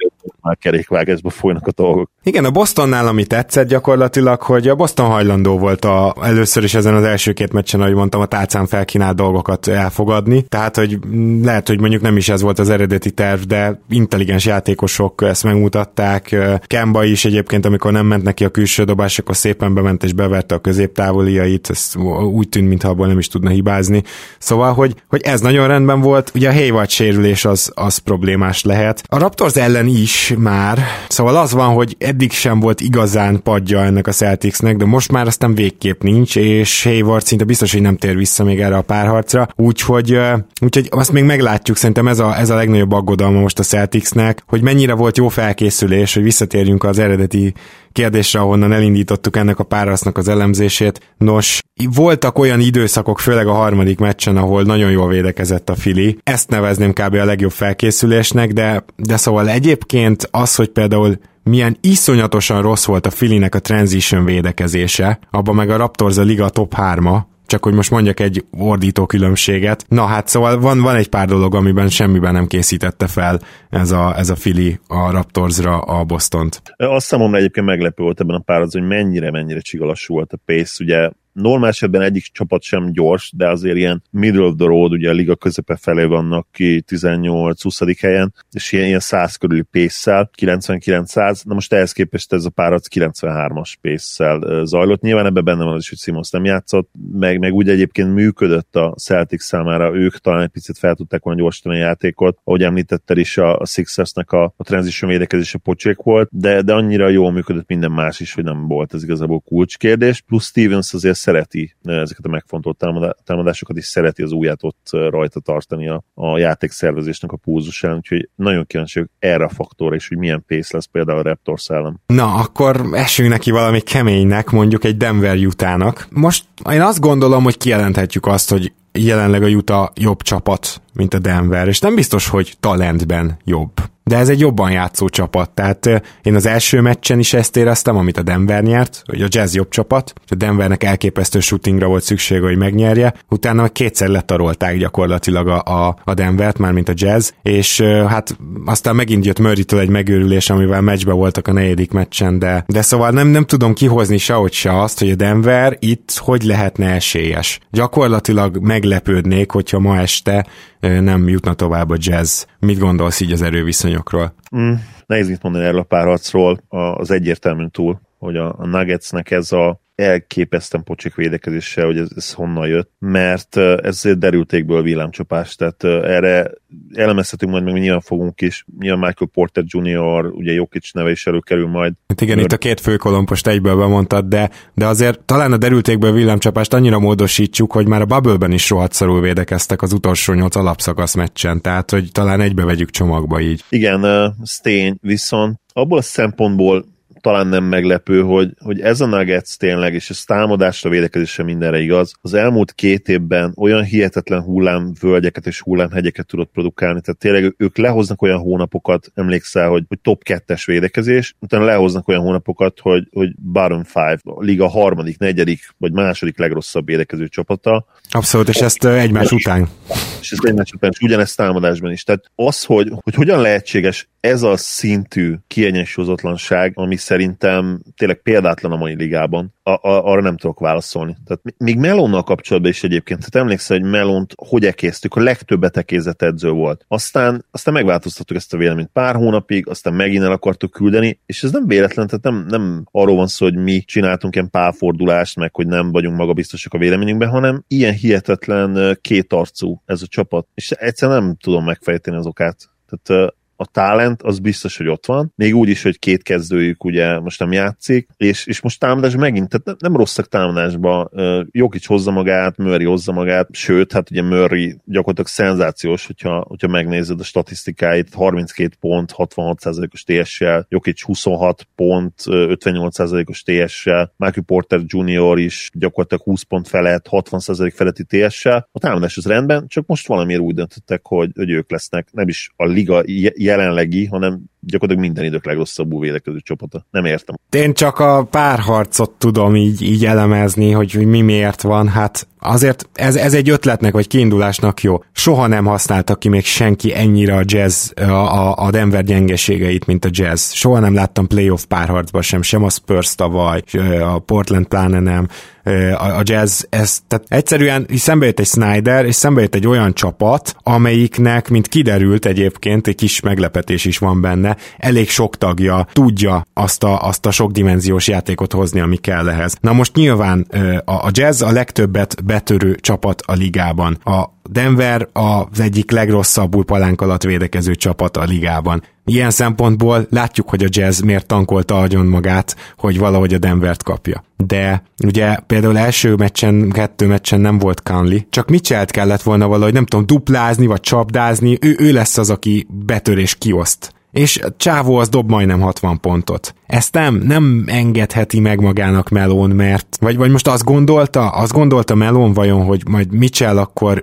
már kerékvágásba folynak a dolgok. Igen, a Bostonnál, ami tetszett gyakorlatilag, hogy a Boston hajlandó volt először is ezen az első két meccsen, ahogy mondtam, a tálcán felkínált dolgokat elfogadni. Tehát, hogy lehet, hogy mondjuk nem is ez volt az eredeti terv, de intelligens játékosok ezt megmutatták. Kemba is egyébként, amikor nem ment neki a külső dobás, akkor szépen bement és beverte a középtávoliait, ez úgy tűnt, mintha abból nem is tudna hibázni. Szóval, hogy ez nagyon rendben volt. Ugye a Hayward sérülés az problémás lehet. A Raptors ellen is már, szóval az van, hogy eddig sem volt igazán padja ennek a Celticsnek, de most már aztán végképp nincs, és Hayward szinte biztos, hogy nem tér vissza még erre a párharcra, úgyhogy azt még meglátjuk, szerintem ez a legnagyobb aggodalma most a Celticsnek, hogy mennyire volt jó felkészülés, hogy visszatérjünk az eredeti kérdésre, ahonnan elindítottuk ennek a párharcnak az elemzését. Nos, voltak olyan időszakok, főleg a harmadik meccsen, ahol nagyon jól védekezett a Philly. Ezt nevezném kb. A legjobb felkészülésnek, de szóval egyébként az, hogy például milyen iszonyatosan rossz volt a Phillynek a transition védekezése, abban meg a Raptors a liga top 3-a, csak hogy most mondjak egy ordító különbséget. Na hát szóval van egy pár dolog, amiben semmiben nem készítette fel ez a Philly a Raptorsra a Bostont. Azt számomra egyébként meglepő volt ebben a párharcban, hogy mennyire csigalassú volt a pace, ugye normál esetben egyik csapat sem gyors, de azért ilyen middle of the road, ugye a liga közepe felé vannak ki 18-20. helyen, és ilyen 100 körüli pace-szel, 99-100, na most ehhez képest ez a párharc 93-as pace-szel zajlott. Nyilván ebben benne van az is, hogy Simmons nem játszott, meg úgy egyébként működött a Celtics számára, ők talán egy picit fel tudták volna gyorsítani a játékot, ahogy említetted is a Sixersnek a transition védekezése pocsék volt, de annyira jól működött minden más is, hogy nem volt ez igazából kulcskérdés, plusz Stevens azért szereti ezeket a megfontolt támadásokat, és szereti az ujját ott rajta tartani a játékszervezésnek a pulzusán, úgyhogy nagyon kíváncsi vagyok erre a faktorra, és hogy milyen pace lesz például a Raptors ellen. Na, akkor esünk neki valami keménynek, mondjuk egy Denver Utah-nak. Most én azt gondolom, hogy kijelenthetjük azt, hogy jelenleg a Utah jobb csapat, mint a Denver, és nem biztos, hogy talentben jobb. De ez egy jobban játszó csapat, tehát én az első meccsen is ezt éreztem, amit a Denver nyert, hogy a Jazz jobb csapat, a Denvernek elképesztő shootingra volt szüksége, hogy megnyerje, utána kétszer letarolták gyakorlatilag a Denvert, már mint a Jazz, és hát aztán megint jött Murraytől egy megőrülés, amivel meccsbe voltak a negyedik meccsen, de szóval nem tudom kihozni sehogy se azt, hogy a Denver itt hogy lehetne esélyes. Gyakorlatilag meglepődnék, hogyha ma este nem jutna tovább a Jazz. Mit gondolsz így az erőviszonyokról? Nehéz mit mondani erről a párharcról, az egyértelműen túl, hogy a Nuggetsnek ez a elképesztően pocsék védekezése, hogy ez honnan jött, mert ez derültékből villámcsapás, tehát erre elemezhetünk majd, meg mi nyilván fogunk is, nyilván Michael Porter Jr., ugye Jokic neve is előkerül majd. Hát igen, itt a két főkolompost egyből bemondtad, de azért talán a derültékből villámcsapást annyira módosítsuk, hogy már a Bubble-ben is rohadt szarul védekeztek az utolsó 8 alapszakasz meccsen, tehát hogy talán egybe vegyük csomagba így. Igen, ez tény, viszont abból a szempontból talán nem meglepő, hogy ez a Nuggets tényleg, és ez támadásra, védekezésre mindenre igaz, az elmúlt 2 évben olyan hihetetlen hullámvölgyeket és hullámhegyeket tudott produkálni, tehát tényleg ők lehoznak olyan hónapokat, emlékszel, hogy top 2-es védekezés, utána lehoznak olyan hónapokat, hogy bottom 5, a liga 3., 4. vagy 2. legrosszabb védekező csapata. Abszolút, és ezt egymás után. És ez egymás után, és ugyanezt támadásban is. Tehát az, hogy hogyan lehetséges ez a szintű kiegyensúlyozatlanság, ami szerintem tényleg példátlan a mai ligában, arra nem tudok válaszolni. Tehát még Melonnal kapcsolatban is egyébként, tehát emlékszel, hogy Melont hogy ekéztük, a legtöbbet ekézett edző volt. Aztán megváltoztattuk ezt a véleményt pár hónapig, aztán megint el akartuk küldeni, és ez nem véletlen, tehát nem arról van szó, hogy mi csináltunk ilyen pálfordulást, meg hogy nem vagyunk magabiztosak a véleményünkben, hanem ilyen hihetetlen kétarcú ez a csapat. És egyszerűen nem tudom megfejteni az okát. Tehát a talent az biztos, hogy ott van, még úgy is, hogy 2 kezdőjük ugye most nem játszik, és most támadásban megint, tehát nem rosszak támadásban, Jokic hozza magát, Murray hozza magát, sőt, hát ugye Murray gyakorlatilag szenzációs, hogyha megnézed a statisztikáit, 32 pont, 66%-os TS-sel, Jokic 26 pont, 58%-os TS-sel, Michael Porter Jr. is gyakorlatilag 20 pont felett, 60% feletti TS-sel, a támadás az rendben, csak most valamiért úgy döntöttek, hogy ők lesznek, nem is a liga jelenlegi, hanem gyakorlatilag minden idők legrosszabbul védekező csapata. Nem értem. Én csak a párharcot tudom így elemezni, hogy mi miért van. Hát azért ez egy ötletnek vagy kiindulásnak jó. Soha nem használtak ki még senki ennyire a Jazz, a Denver gyengeségeit, mint a Jazz. Soha nem láttam playoff párharcban sem a Spurs tavaly, a Portland pláne nem. A Jazz, tehát egyszerűen szembe jött egy Snyder, és szembe jött egy olyan csapat, amelyiknek, mint kiderült egyébként, egy kis meglepetés is van benne, elég sok tagja tudja azt a sokdimenziós játékot hozni, ami kell ehhez. Na most nyilván a Jazz a legtöbbet betörő csapat a ligában. A Denver az egyik legrosszabbul palánk alatt védekező csapat a ligában. Ilyen szempontból látjuk, hogy a Jazz miért tankolta agyon magát, hogy valahogy a Denvert kapja. De ugye például első meccsen, 2 meccsen nem volt Conley, csak Mitchellt kellett volna valahogy, nem tudom, duplázni vagy csapdázni, ő lesz az, aki betör és kioszt. És Csávó az dob majdnem 60 pontot. Ezt nem engedheti meg magának Melon, mert vagy most azt gondolta Melon vajon, hogy majd Mitchell akkor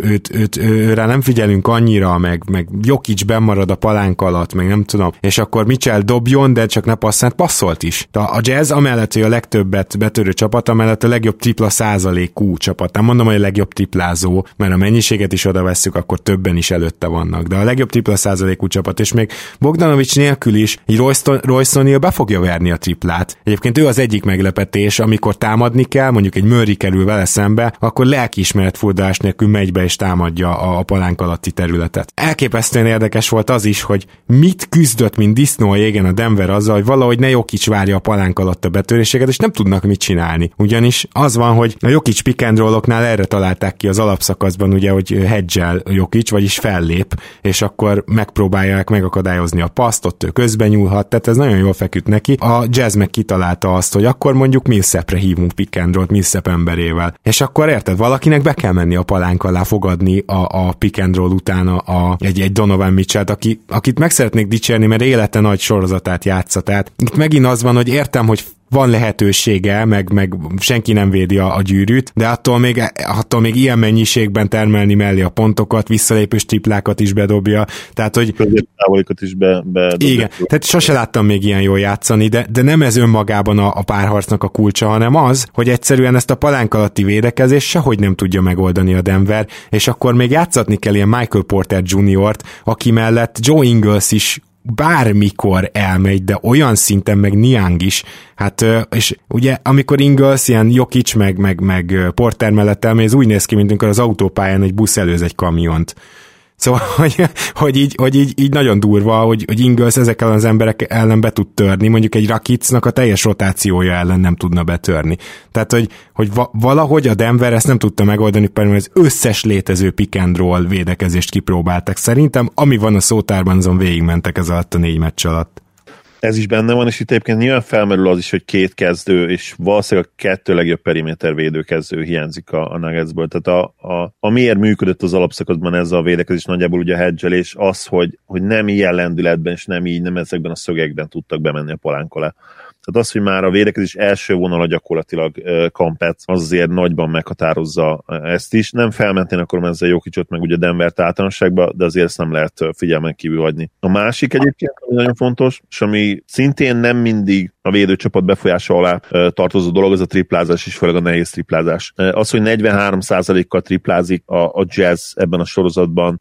őre nem figyelünk annyira, meg Jokic bennmarad a palánk alatt, meg nem tudom, és akkor Mitchell dobjon, de csak ne passzolt is. A Jazz amellett, hogy a legtöbbet betörő csapat, amellett a legjobb tripla százalékú csapat. Nem mondom, hogy a legjobb triplázó, mert a mennyiséget is oda vesszük, akkor többen is előtte vannak. De a legjobb tripla százalékú csapat, és még Bogdanovics nélkül is, így Royce O'Neal be fogja verni a triplát. Egyébként ő az egyik meglepetés, amikor támadni kell, mondjuk egy Murray kerül vele szembe, akkor lelkiismeret furdalás nélkül megy be és támadja a palánk alatti területet. Elképesztően érdekes volt az is, hogy mit küzdött, mint disznó a jégen a Denver azzal, hogy valahogy ne Jokic várja a palánk alatt a betöréseket, és nem tudnak mit csinálni. Ugyanis az van, hogy a Jokic pick and roll-oknál erre találták ki az alapszakaszban, ugye, hogy hedge-el Jokic, vagyis fellép, és akkor megpróbálják megakadályozni a paszt, ott ő közben nyúlhat, tehát ez nagyon jól feküdt neki. A Jazz meg kitalálta azt, hogy akkor mondjuk Millsapre hívunk pick and roll-t Millsap emberével. És akkor érted, valakinek be kell menni a palánk alá fogadni a pick and roll utána egy Donovan Mitchell-t, akit meg szeretnék dicsérni, mert élete nagy sorozatát játsza. Tehát itt megint az van, hogy értem, hogy van lehetősége, meg senki nem védi a gyűrűt, de attól még ilyen mennyiségben termelni mellé a pontokat, visszalépős triplákat is bedobja, tehát hogy középtávolikat is bedobja. Igen, tehát sose láttam még ilyen jól játszani, de nem ez önmagában a párharcnak a kulcsa, hanem az, hogy egyszerűen ezt a palánk alatti védekezést sehogy nem tudja megoldani a Denver, és akkor még játszatni kell ilyen Michael Porter Jr.-t, aki mellett Joe Ingles is bármikor elmegy, de olyan szinten meg Niang is, hát, és ugye amikor Ingles ilyen Jokic meg Porter mellett elmegy, ez úgy néz ki, mint amikor az autópályán egy busz előz egy kamiont. Szóval, hogy így nagyon durva, hogy Ingles ezekkel az emberek ellen be tud törni, mondjuk egy Rakicnak a teljes rotációja ellen nem tudna betörni. Tehát, hogy valahogy a Denver ezt nem tudta megoldani, például az összes létező pick and roll védekezést kipróbáltak. Szerintem, ami van a szótárban, azon végigmentek ez alatt a 4 meccs alatt. Ez is benne van, és itt egyébként nyilván felmerül az is, hogy 2 kezdő, és valószínűleg a 2 legjobb periméter védőkezdő hiányzik a Nuggetsből. Tehát amiért működött az alapszakaszban ez a védekezés, nagyjából ugye a hedgelés, az, hogy nem ilyen lendületben, és nem ezekben a szögekben tudtak bemenni a palánk alá. Tehát az, hogy már a védekezés első vonala gyakorlatilag Kampet, az azért nagyban meghatározza ezt is. Nem felmentén akarom ezzel Jokicot, meg ugye Denvert általánosságban, de azért ezt nem lehet figyelmen kívül hagyni. A másik egyébként, ami nagyon fontos, és ami szintén nem mindig a védőcsapat befolyása alá tartozó dolog, az a triplázás, és főleg a nehéz triplázás. Az, hogy 43%-kal triplázik a Jazz ebben a sorozatban,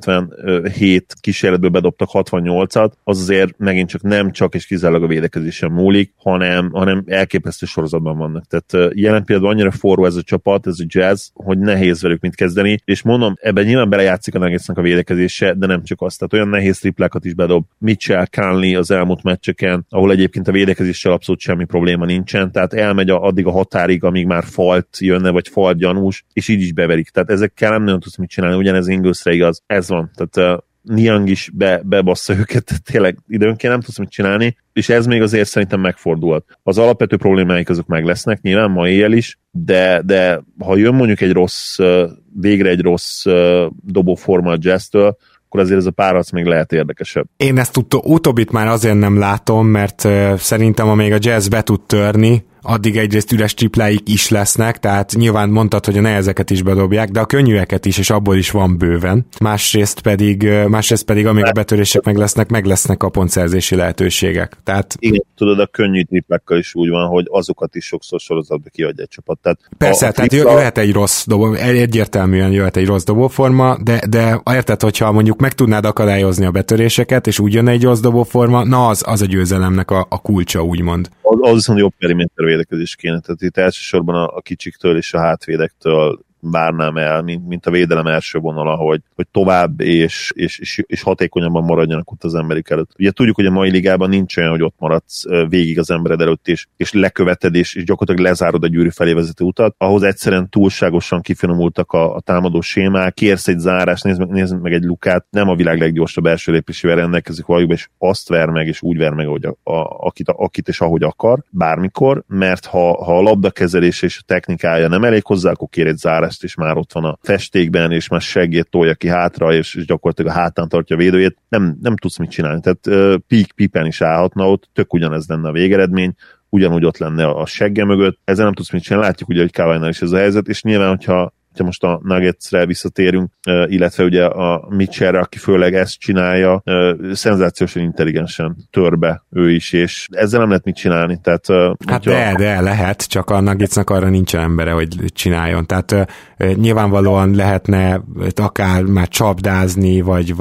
157 kísérletből bedobtak 68-at, az azért megint csak nem csak és kizárólag a védekezésen múlik, hanem elképesztő sorozatban vannak. Tehát jelen pillanatban annyira forró ez a csapat, ez a Jazz, hogy nehéz velük mit kezdeni, és mondom, ebben nyilván belejátszik a Nuggetsnek a védekezése, de nem csak azt. Tehát olyan nehéz triplákat is bedob Mitchell, Conley az elmúlt meccseken, ahol egyébként a védekezéssel abszolút semmi probléma nincsen, tehát elmegy addig a határig, amíg már falt jönne, vagy falt gyanús, és így is beverik. Tehát ezekkel nem nagyon tudsz mit csinálni, ugyanez Inglesre igaz. Ez van. Tehát Niang is bebassza őket, tényleg időnként nem tudsz mit csinálni, és ez még azért szerintem megfordulhat. Az alapvető problémáik azok meg lesznek, nyilván ma éjjel is, de ha jön mondjuk végre egy rossz dobóforma a Jazz-től, akkor azért ez a párharc még lehet érdekesebb. Én ezt utóbbit már azért nem látom, mert szerintem amíg a Jazz be tud törni, addig egyrészt üres tripláik is lesznek, tehát nyilván mondtad, hogy a nehezeket is bedobják, de a könnyűeket is, és abból is van bőven. Másrészt pedig amíg a betörések meg lesznek a pontszerzési lehetőségek. Tehát... Igen, tudod, a könnyű triplákkal is úgy van, hogy azokat is sokszor sorozatba kiadja egy csapat. Tehát persze, tehát jöhet egy rossz dobó, egyértelműen jöhet egy rossz dobóforma, de érted, hogyha mondjuk meg tudnád akadályozni a betöréseket, és úgy jön egy rossz dobóforma, na az a győzelemnek a kulcsa, úgymond. Az viszont jobb periméter védekezés kéne, tehát itt elsősorban a kicsiktől és a hátvédektől várnám el, mint a védelem első vonala, hogy tovább és hatékonyabban maradjanak ott az emberek előtt. Ugye tudjuk, hogy a mai ligában nincs olyan, hogy ott maradsz végig az embered előtt, és leköveted, és gyakorlatilag lezárod a gyűrű felé vezető utat. Ahhoz egyszerűen túlságosan kifinomultak a támadó sémák, kérsz egy zárást, nézd meg egy lukát, nem a világ leggyorsabb első lépésével rendelkezik valójában, és azt ver meg, és úgy ver meg, hogy akit és ahogy akar, bármikor, mert ha a labdakezelés és a technikája nem elég hozzá, akkor kér egy zárást, és már ott van a festékben, és már seggét tolja ki hátra, és gyakorlatilag a hátán tartja a védőjét, nem tudsz mit csinálni. Tehát Pippen is állhatna ott, tök ugyanez lenne a végeredmény, ugyanúgy ott lenne a segge mögött, ezzel nem tudsz mit csinálni, látjuk ugye, hogy Kawhi-nál is ez a helyzet, és nyilván, hogyha most a Nuggetsre visszatérünk, illetve ugye a Mitchellre, aki főleg ezt csinálja, szenzációsan intelligensen tör be ő is, és ezzel nem lehet mit csinálni. Tehát, hát de lehet, csak a Nuggetsnak arra nincsen embere, hogy csináljon. Tehát nyilvánvalóan lehetne akár már csapdázni,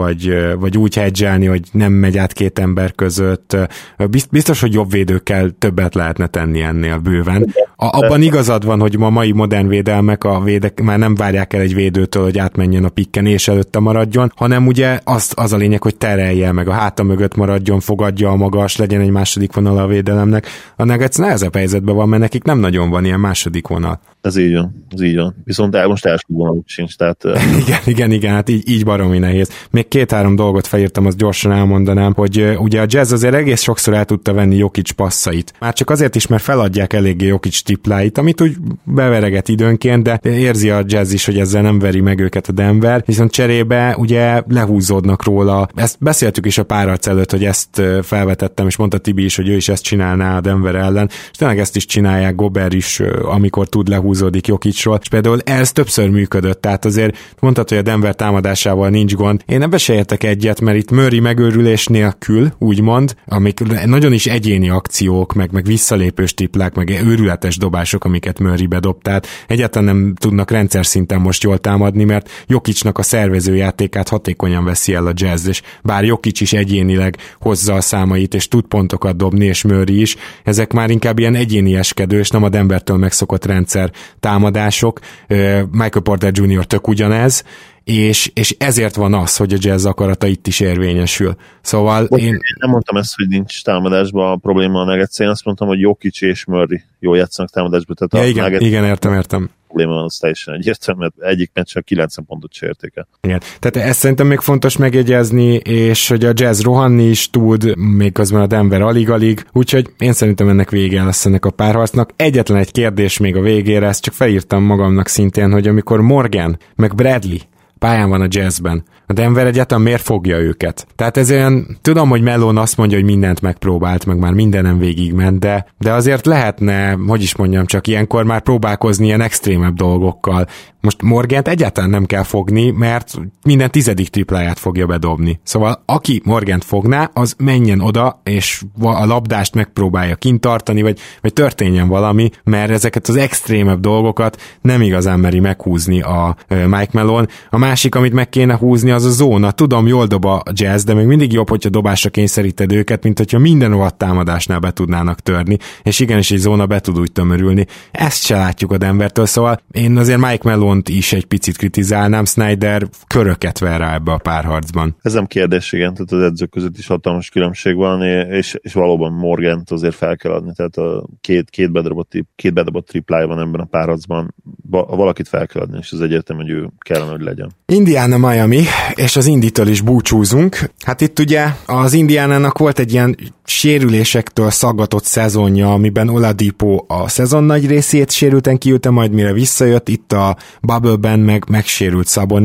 vagy úgy hedgelni, hogy nem megy át két ember között. Biztos, hogy jobb védőkkel többet lehetne tenni ennél bőven. Abban igazad van, hogy ma mai modern védelmek a védek már nem várják el egy védőtől, hogy átmenjen a pikken és előtte maradjon, hanem ugye az a lényeg, hogy terelje meg, a háta mögött maradjon, fogadja a magas, legyen egy második vonal a védelemnek. A Nuggets nehezebb helyzetben van, mert nekik nem nagyon van ilyen második vonal. Ez így van. Viszont most első vonaluk sincs, tehát... Igen, hát így baromi nehéz. Még 2-3 dolgot felírtam, azt gyorsan elmondanám, hogy ugye a Jazz azért egész sokszor el tudta venni Jokic passzait. Már csak azért is, mert feladják eléggé Jokic tripláit, amit úgy bevereget időnként, de érzi a Jazz is, hogy ezzel nem veri meg őket a Denver, viszont cserébe ugye lehúzódnak róla. Ezt beszéltük is a párharc előtt, hogy ezt felvetettem, és mondta Tibi is, hogy ő is ezt csinálná a Denver ellen, és tényleg ezt is csinálják, Gobert is, amikor tud lehúzódik Jokicról, és például ez többször működött, tehát azért mondtad, hogy a Denver támadásával nincs gond. Én ebbe se értek egyet, mert itt Murray megőrülés nélkül, úgymond, amik nagyon is egyéni akciók, meg visszalépős triplák, meg őrületes dobások, amiket Murray bedob, tehát egyáltalán nem tudnak rendszer szinten most jól támadni, mert Jokicnak a szervezőjátékát hatékonyan veszi el a Jazz, és bár Jokic is egyénileg hozza a számait, és tud pontokat dobni, és Murray is, ezek már inkább ilyen egyénieskedő, és nem a Denvertől megszokott rendszer támadások. Michael Porter Jr. tök ugyanez, és ezért van az, hogy a Jazz akarata itt is érvényesül. Szóval én nem mondtam ezt, hogy nincs támadásban a probléma a Nuggets, én azt mondtam, hogy Jokic és Murray jól játszanak támadásban. Tehát igen, értem. Probléma van, az teljesen egyértelmű, mert egyik meccsen 90 pontot se érték el. Igen. Tehát ezt szerintem még fontos megjegyezni, és hogy a Jazz rohanni is tud, még közben a Denver alig-alig, úgyhogy én szerintem ennek vége lesz ennek a párharcnak. Egyetlen egy kérdés még a végére, ezt csak felírtam magamnak szintén, hogy amikor Morgan meg Bradley pályán van a Jazzben, a Denver egyáltalán miért fogja őket? Tehát ez olyan, tudom, hogy Melon azt mondja, hogy mindent megpróbált, meg már mindenem végigment, de azért lehetne, hogy is mondjam, csak ilyenkor már próbálkozni ilyen extrémebb dolgokkal. Most Morgant egyáltalán nem kell fogni, mert minden 10. tripláját fogja bedobni. Szóval aki Morgant fogná, az menjen oda, és a labdást megpróbálja kint tartani, vagy történjen valami, mert ezeket az extrémebb dolgokat nem igazán meri meghúzni a Mike Malone. A másik, amit meg kéne húzni, az a zóna. Tudom, jól dob a Jazz, de még mindig jobb, hogyha dobásra kényszeríted őket, mint hogyha minden rohadt támadásnál be tudnának törni, és igenis egy zóna be tud úgy tömörülni. Ezt se látjuk a Denvertől, szóval én azért Mike Malone-t is egy picit kritizálnám, Snyder köröket ver rá ebbe a párharcban. Ez nem kérdés, igen, tehát az edzők között is hatalmas különbség van, és valóban Morgant azért fel kell adni, tehát a két bedobott triplája van ebben a párharcban, valakit fel kell adni, és az egyértelmű, hogy ő kellene, hogy legyen. Indiana Miami, és az Inditől is búcsúzunk. Hát itt ugye az Indiánának volt egy ilyen sérülésektől szaggatott szezonja, amiben Oladipo a szezon nagy részét sérülten kiülte, majd mire visszajött, itt a Bubble-ben megsérült Sabonis,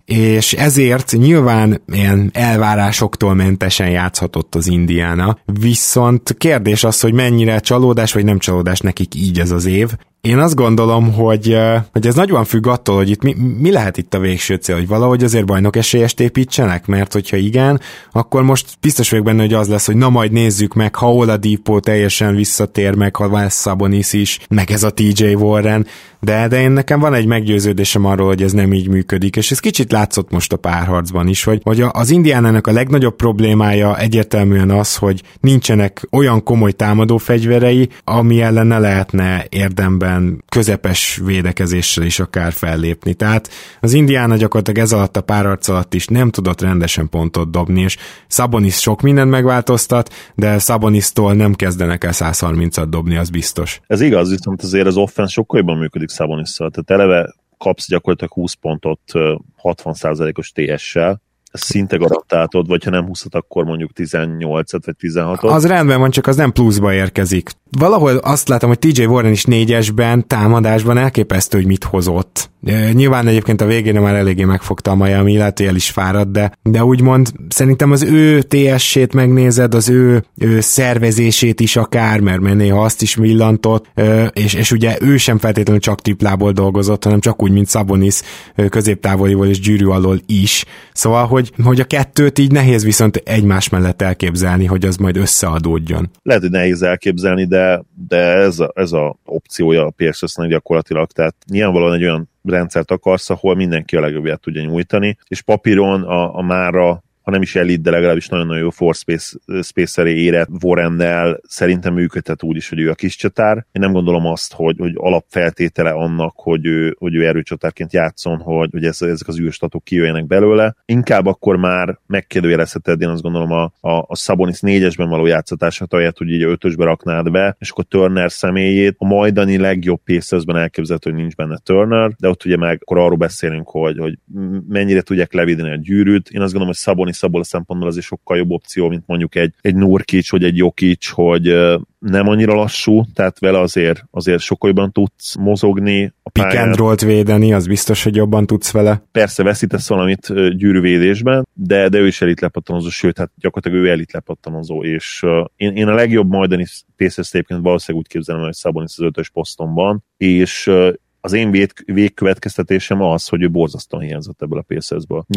és ezért nyilván ilyen elvárásoktól mentesen játszhatott az Indiana, viszont kérdés az, hogy mennyire csalódás vagy nem csalódás nekik így ez az év. Én azt gondolom, hogy ez nagyban függ attól, hogy itt mi lehet itt a végső cél, hogy valahogy azért bajnok esélyest építsenek, mert hogyha igen, akkor most biztos vagyok benne, hogy az lesz, hogy na majd nézzük meg, ha Oladipo teljesen visszatér, meg ha lesz Sabonis is, meg ez a TJ Warren, de én nekem van egy meggyőződésem arról, hogy ez nem így működik, és ez kicsit látszott most a párharcban is, hogy az Indiánának a legnagyobb problémája egyértelműen az, hogy nincsenek olyan komoly támadó fegyverei, ami ellen ne lehetne érdemben közepes védekezéssel is akár fellépni. Tehát az Indiana gyakorlatilag ez alatt a párharc alatt is nem tudott rendesen pontot dobni, és Sabonis sok mindent megváltoztat, de Sabonisztól nem kezdenek el 130-at dobni, az biztos. Ez igaz, viszont azért az offense sokkal jobban működik Sabonisszal, tehát eleve kapsz gyakorlatilag 20 pontot 60%-os TS-sel, ez szinte garantáltod, vagy ha nem 20-at, akkor mondjuk 18-at vagy 16-ot. Az rendben van, csak az nem pluszba érkezik. Valahol azt látom, hogy TJ Warren is 4-esben, támadásban elképesztő, hogy mit hozott. Nyilván egyébként a végén már eléggé megfogta a Miami, lehet, hogy el is fáradt, de úgymond szerintem az ő TS-ét megnézed, az ő szervezését is akár, mert néha azt is villantott, és ugye ő sem feltétlenül csak triplából dolgozott, hanem csak úgy, mint Sabonis középtávoliból és gyűrű alól is. Szóval, hogy a kettőt így nehéz viszont egymás mellett elképzelni, hogy az majd összeadódjon. Lehet, hogy nehéz elképzelni, de ez a opciója a Pacers-nek gyakorlatilag, tehát nyilvánvalóan egy olyan rendszert akarsz, ahol mindenki a legjobbját tudja nyújtani, és papíron a mára, ha nem is elit, de legalábbis nagyon-nagyon jó force spaceré érett Warrennel szerintem működhet úgy is, hogy ő a kis csatár. Én nem gondolom azt, hogy alapfeltétele annak, hogy ő erőcsatárként játszon, hogy ezek az űrstatok kijöjjenek belőle. Inkább akkor már megkérdőjelezheted, én azt gondolom a Sabonis 4-esben való játszatását, ahelyett, hogy így a 5-ösbe raknád be, és akkor Turner személyét. A majdani legjobb Pacersben elképzelhető, hogy nincs benne Turner, de ott ugye meg akkor arról beszélünk, hogy mennyire tudják levédeni a gyűrűt. Én azt gondolom, hogy Sabonis abból a szempontból azért sokkal jobb opció, mint mondjuk egy Nurkic, vagy egy Jokic, hogy nem annyira lassú, tehát vele azért sokkal jobban tudsz mozogni a pályán. Pick and roll-t védeni, az biztos, hogy jobban tudsz vele. Persze veszítesz valamit gyűrűvédésben, de ő is elit lepattanozó, sőt, hát gyakorlatilag ő elit lepattanozó, és én a legjobb majdani Pacers egyébként valószínűleg úgy képzelem, hogy Sabonis az 5-ös poszton van, és az én végkövetkeztetésem az, hogy ő borzasztóan hiányzott ebből a Pacersből.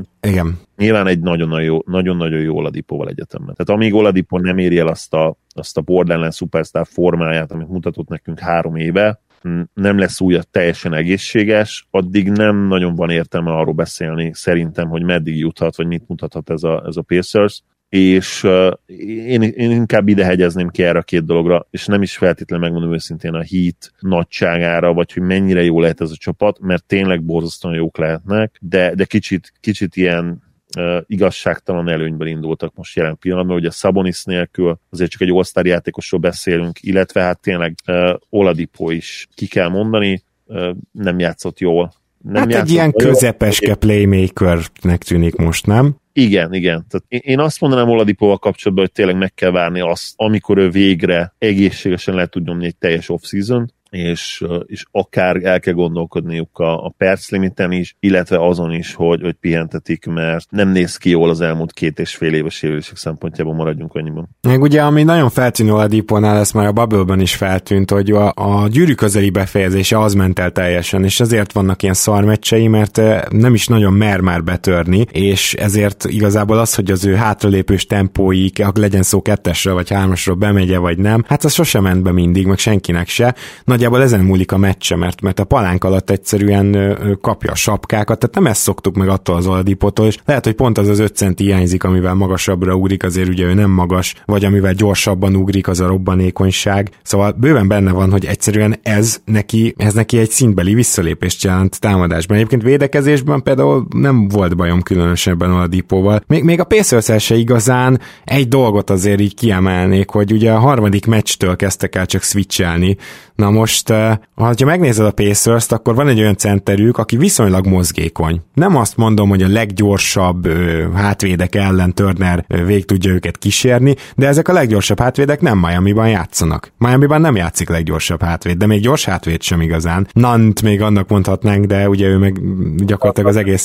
Nyilván egy nagyon-nagyon jó Oladipoval egyetemben. Tehát amíg Oladipo nem éri el azt a borderline superstar formáját, amit mutatott nekünk 3 éve, nem lesz újra teljesen egészséges, addig nem nagyon van értelme arról beszélni szerintem, hogy meddig juthat, vagy mit mutathat ez a Pacers. És én inkább ide hegyezném ki erre a 2 dologra, és nem is feltétlenül megmondom őszintén a Heat nagyságára, vagy hogy mennyire jó lehet ez a csapat, mert tényleg borzasztóan jók lehetnek, de kicsit ilyen igazságtalan előnyből indultak most jelen pillanatban, ugye a Sabonis nélkül azért csak egy all-star játékosról beszélünk, illetve hát tényleg Oladipo is ki kell mondani, nem játszott jól. Egy ilyen közepeske playmakernek tűnik most, nem? Igen. Tehát én azt mondanám Oladipoval kapcsolatban, hogy tényleg meg kell várni azt, amikor ő végre egészségesen le tud nyomni egy teljes off-season, és akár el kell gondolkodniuk a perclimiten is, illetve azon is, hogy pihentetik, mert nem néz ki jól az elmúlt 2,5 éves sérülések szempontjából, maradjunk annyiban. Meg ugye, ami nagyon feltűnő Oladipónál, ez már a Bubble-ben is feltűnt, hogy a gyűrű közeli befejezése az ment el teljesen, és ezért vannak ilyen szarmeccsei, mert nem is nagyon mer már betörni, és ezért igazából az, hogy az ő hátralépős tempói, legyen szó 2-esről vagy 3-asról bemegye vagy nem, hát az sosem ment be mindig, meg senkinek se. Nagyjából ezen múlik a meccse, mert a palánk alatt egyszerűen kapja a sapkákat, tehát nem ezt szoktuk meg attól az Oladipótól, és lehet, hogy pont az 5 centi hiányzik, amivel magasabbra ugrik, azért ugye ő nem magas, vagy amivel gyorsabban ugrik, az a robbanékonyság. Szóval bőven benne van, hogy egyszerűen ez neki egy szintbeli visszalépést jelent támadásban. Egyébként védekezésben például nem volt bajom különösebben Oladipóval. Még a Pacers-el se igazán egy dolgot azért így kiemelnék, hogy ugye a harmadik meccstől kezdtek el csak switchelni. Na most, ha megnézed a Pacers-t, akkor van egy olyan centerük, aki viszonylag mozgékony. Nem azt mondom, hogy a leggyorsabb hátvédek ellen Turner végig tudja őket kísérni, de ezek a leggyorsabb hátvédek nem Miamiban játszanak. Miamiban nem játszik leggyorsabb hátvéd, de még gyors hátvéd sem igazán. Nant még annak mondhatnánk, de ugye ő meg gyakorlatilag az egész...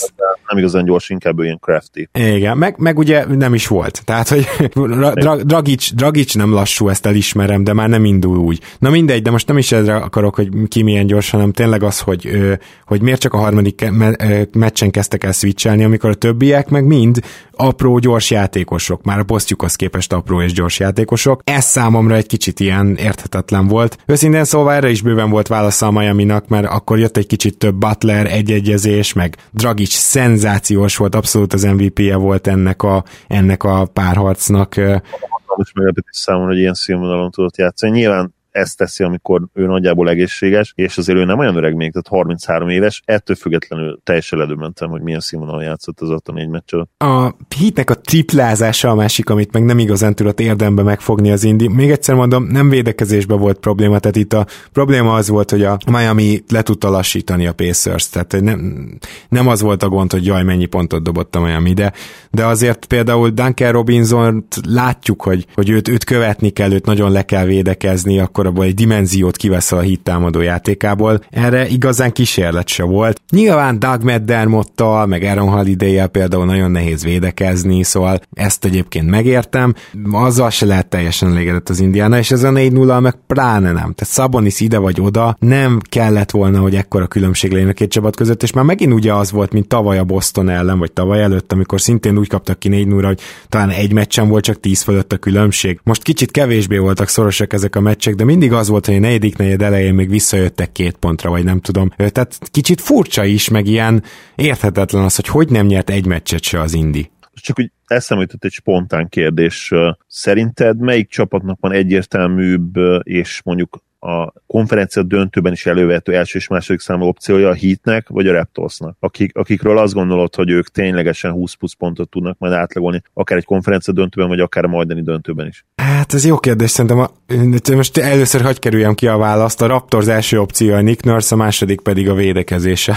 nem igazán gyors, inkább ilyen crafty. Igen, meg ugye nem is volt. Tehát, hogy Dragic nem lassú, ezt elismerem, de már nem indul úgy. Na mindegy, de most nem is ezre akarok, hogy ki milyen gyors, hanem tényleg az, hogy miért csak a harmadik meccsen kezdtek el switchelni, amikor a többiek meg mind apró, gyors játékosok, már a posztjukhoz képest apró és gyors játékosok. Ez számomra egy kicsit ilyen érthetetlen volt. Őszintén szóval erre is bőven volt válasza a Miaminak, mert akkor jött egy kicsit több Butler, egyegyezés, meg Dragic szenzációs volt, abszolút az MVP-je volt ennek a párharcnak. Most meglepetés számomra, hogy ilyen színvonalon tudott játszani. Nyilván ezt teszi, amikor ő nagyjából egészséges, és azért ő nem olyan öreg még, tehát 33 éves, ettől függetlenül teljesen ledöbbentem, hogy milyen színvonalon játszott az 64 meccs alatt. A Heatnek a triplázása a másik, amit meg nem igazán tudott érdembe megfogni az Indy. Még egyszer mondom, nem védekezésben volt probléma, tehát itt a probléma az volt, hogy a Miami le tudta lassítani a Pacers, tehát nem az volt a gond, hogy jaj, mennyi pontot dobott a Miami, de azért például Duncan Robinson-t látjuk, hogy őt követni kell, őt nagyon le kell védekezni, akkor abból egy dimenziót kiveszel a Heat támadó játékából. Erre igazán kísérlet se volt. Nyilván Doug McDermottal, meg Aaron Holiday-jel például nagyon nehéz védekezni, szóval ezt egyébként megértem. Azzal se lehet teljesen elégedett az Indiana, és ez a 4-0 meg pláne nem. Tehát Sabonis ide vagy oda, nem kellett volna, hogy ekkora különbség legyen a két csapat között, és már megint ugye az volt, mint tavaly a Boston ellen, vagy tavaly előtt, amikor szintén úgy kaptak ki 4-0-ra, hogy talán egy meccsen volt csak 10 fölött a különbség. Most kicsit kevésbé voltak szorosak ezek a meccsek, de mindig az volt, hogy a negyedik negyed elején még visszajöttek 2 pontra, vagy nem tudom. Tehát kicsit furcsa is, meg ilyen érthetetlen az, hogy nem nyert egy meccset se az Indy. Csak úgy eszembe jutott egy spontán kérdés. Szerinted melyik csapatnak van egyértelműbb, és mondjuk a konferencia döntőben is elővehető első és második számú opciója a Heatnek, vagy a Raptorsnak, akikről azt gondolod, hogy ők ténylegesen 20 plusz pontot tudnak majd átlagolni, akár egy konferencia döntőben, vagy akár a majdani döntőben is? Hát ez jó kérdés, szerintem most először hagy kerüljem ki a választ. A Raptors első opciója a Nick Nurse, a második pedig a védekezése.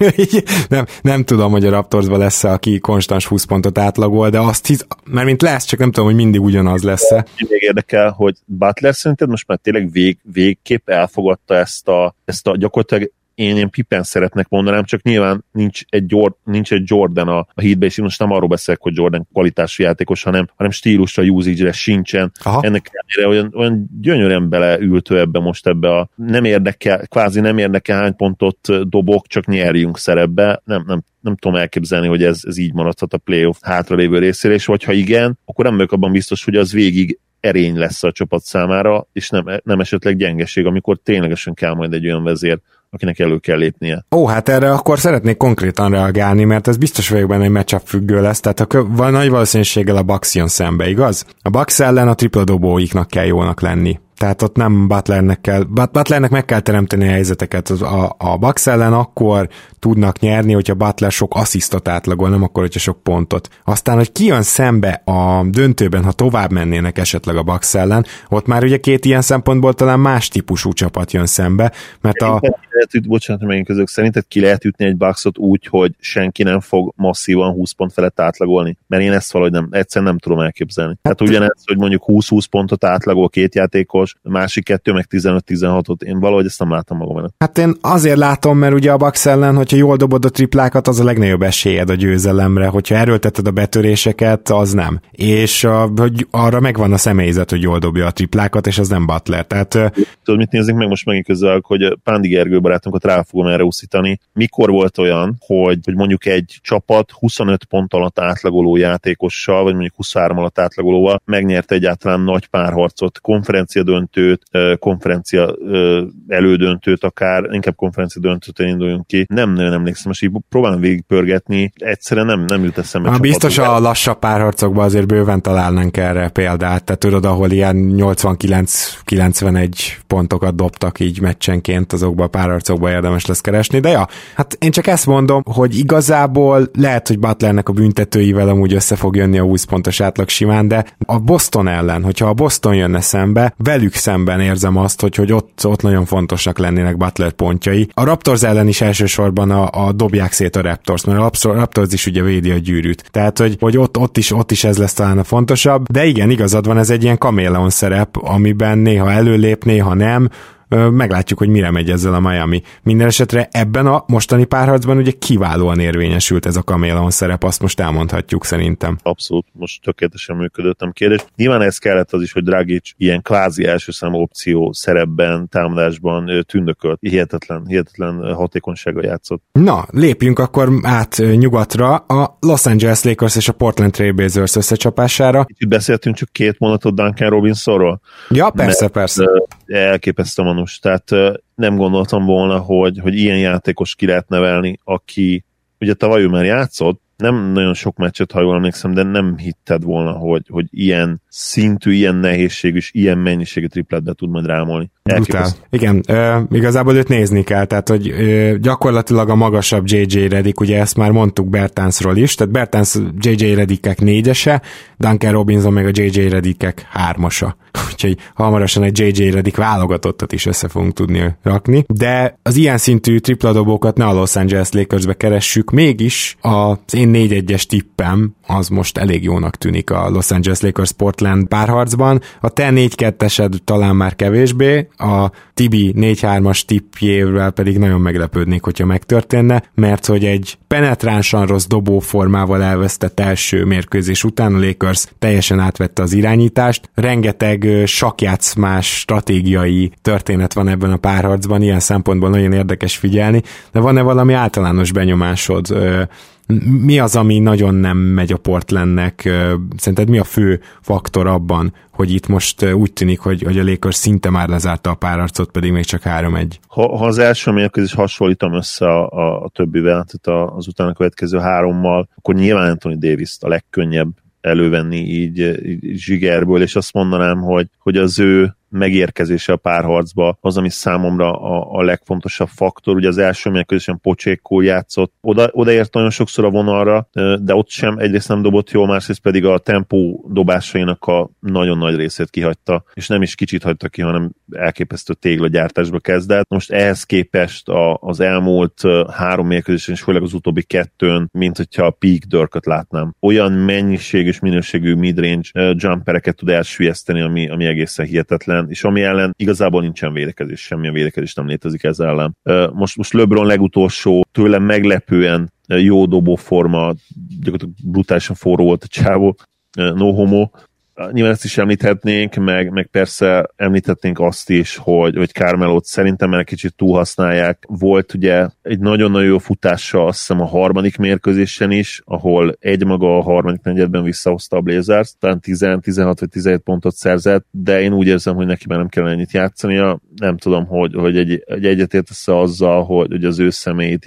nem tudom, hogy a Raptorsban lesz, aki konstans 20 pontot átlagol, de azt hisz, mert mint lesz, csak nem tudom, hogy mindig ugyanaz lesz-e. Még érdekel, hogy Butler szerinted most már tényleg végképp elfogadta ezt a gyakorlatilag én ilyen Pippen szeretnek mondanám, csak nyilván nincs egy Jordan a Heatben, és most nem arról beszélek, hogy Jordan kvalitású játékos, hanem stílusra, usage-re sincsen. Aha. Ennek ellenére olyan gyönyörűen beleült ebbe most ebbe kvázi nem érdekel hány pontot dobok, csak nyerjünk szerepbe. Nem tudom elképzelni, hogy ez így maradhat a playoff hátralévő részére, és hogyha igen, akkor nem vagyok abban biztos, hogy az végig erény lesz a csapat számára, és nem esetleg gyengeség, amikor ténylegesen kell majd egy olyan vezér, akinek elő kell lépnie. Hát erre akkor szeretnék konkrétan reagálni, mert ez biztos vagyok benne, hogy matchup függő lesz, tehát nagy valószínűséggel a Bucks jön szembe, igaz? A Bucks ellen a tripla dobóiknak kell jónak lenni. Tehát ott nem Butlernek meg kell teremteni a helyzeteket. A Bucks ellen akkor tudnak nyerni, hogyha Butler sok asszisztot átlagol, nem akkor, hogyha sok pontot. Aztán, hogy ki jön szembe a döntőben, ha tovább mennének esetleg a Bucks ellen, ott már ugye két ilyen szempontból talán más típusú csapat jön szembe, mert szerinted ki lehet ütni egy Bucksot úgy, hogy senki nem fog masszívan 20 pont felett átlagolni? Mert én ezt valahogy egyszerűen nem tudom elképzelni. Tehát ugyanez, hogy mondjuk 20-20 pontot átlagol két játékos, másik kettő meg 15-16-ot, én valahogy ezt nem látom magam előtt. Hát én azért látom, mert ugye a Bucks ellen, hogyha jól dobod a triplákat, az a legnagyobb esélyed a győzelemre, hogyha erőlteted a betöréseket, az nem. És hogy arra megvan a személyzet, hogy jól dobja a triplákat, és az nem Butler. Tehát... Tudod, mit nézzük meg most megint közel, hogy Pándi Gergő barátunkat rá fogom erre úszítani. Mikor volt olyan, hogy mondjuk egy csapat 25 pont alatt átlagoló játékossal, vagy mondjuk 23 alatt átlagolóval megnyerte egyáltalán nagy párharcot, konferencia döntőt, konferencia elődöntőt akár, inkább konferencia döntőt induljunk ki. Nem nagyon emlékszem, és így próbálom végigpörgetni, egyszerűen nem jut eszembe. Biztos a lassabb párharcokban azért bőven találnánk erre példát, tehát tudod, ahol ilyen 89-91 pontokat dobtak így meccsenként, azokban a párharcokban érdemes lesz keresni, de ja, hát én csak ezt mondom, hogy igazából lehet, hogy Butlernek a büntetőivel amúgy össze fog jönni a 20 pontos átlag simán, de a Boston ellen, hogyha a Boston jönne szembe, velük szemben érzem azt, hogy ott nagyon fontosnak lennének Butler pontjai. A Raptors ellen is elsősorban a dobják szét a Raptors, mert a Raptors is ugye védi a gyűrűt. Tehát, hogy ott is ez lesz talán a fontosabb, de igen, igazad van, ez egy ilyen kaméleon szerep, amiben néha előlép, néha nem. meglátjuk, hogy mire megy ezzel a Miami. Minden esetre ebben a mostani párharcban ugye kiválóan érvényesült ez a Chameleon szerep, azt most elmondhatjuk szerintem. Abszolút, most tökéletesen működött, nem kérdés. Nyilván ez kellett az is, hogy Dragic ilyen kvázi első számú opció szerepben, támadásban tündökölt. Hihetetlen hatékonysággal játszott. Na, lépjünk akkor át nyugatra a Los Angeles Lakers és a Portland Trail Blazers összecsapására. Itt beszéltünk csak 2 mondatot Duncan Robinsonról. Ja, persze. Elképesztő manus, tehát nem gondoltam volna, hogy ilyen játékos ki lehet nevelni, aki ugye tavaly ő már játszott, nem nagyon sok meccset, ha jól emlékszem, de nem hitted volna, hogy ilyen szintű, ilyen nehézségű és ilyen mennyiségű triplet be tud majd rámolni. Igen, igazából őt nézni kell, tehát hogy gyakorlatilag a magasabb JJ Redick, ugye ezt már mondtuk Bertansról is, tehát Bertans JJ Redickek 4-ese, Duncan Robinson meg a JJ Redickek 3-asa. Úgyhogy hamarosan egy JJ Redick válogatottat is össze fogunk tudni rakni, de az ilyen szintű tripladobókat ne a Los Angeles Lakersbe keressük, mégis az én 4-1-es tippem az most elég jónak tűnik a Los Angeles Lakers Portland párharcban. A te 4-2-esed talán már kevésbé, a Tibi 4-3-as tippjével pedig nagyon meglepődnék, hogyha megtörténne, mert hogy egy penetránsan rossz dobóformával elvesztett első mérkőzés után a Lakers teljesen átvette az irányítást. Rengeteg sakkjátszmás stratégiai történet van ebben a párharcban, ilyen szempontból nagyon érdekes figyelni, de van-e valami általános benyomásod? Mi az, ami nagyon nem megy a Portlandnek? Szerinted mi a fő faktor abban, hogy itt most úgy tűnik, hogy a Lakers szinte már lezárta a párharcot, pedig még csak 3-1? Ha az első mérkőzés hasonlítom össze a többivel, tehát az utána következő 3-mal, akkor nyilván Anthony Davis a legkönnyebb elővenni így zsigerből, és azt mondanám, hogy az ő megérkezése a párharcba az, ami számomra a legfontosabb faktor. Ugye az első mérkőzésen Pocsékó játszott, odaért nagyon sokszor a vonalra, de ott sem egyrészt nem dobott jól, másrészt pedig a tempó dobásainak a nagyon nagy részét kihagyta, és nem is kicsit hagyta ki, hanem elképesztő téglagyártásba kezdett. Most ehhez képest az elmúlt 3 mérkőzésen, és főleg az utóbbi 2-n, mint hogyha a peak Dirköt látnám. Olyan mennyiség és minőségű midrange jumpereket tud elsüllyeszteni, ami egészen hihetetlen, és ami ellen igazából nincsen védekezés, semmilyen védekezés nem létezik ezzel ellen. Most LeBron legutolsó, tőlem meglepően jó dobóforma, gyakorlatilag brutálisan forró volt a csávó, no homo. Nyilván ezt is említhetnénk, meg persze említhetnénk azt is, hogy Carmelót szerintem egy kicsit túlhasználják. Volt ugye egy nagyon-nagyon jó futása, azt hiszem a 3. mérkőzésen is, ahol egymaga a 3. negyedben visszahozta a Blazers, talán 16 vagy 17 pontot szerzett, de én úgy érzem, hogy neki már nem kellene ennyit játszania. Nem tudom, hogy egyetértesz azzal, hogy az ő személyét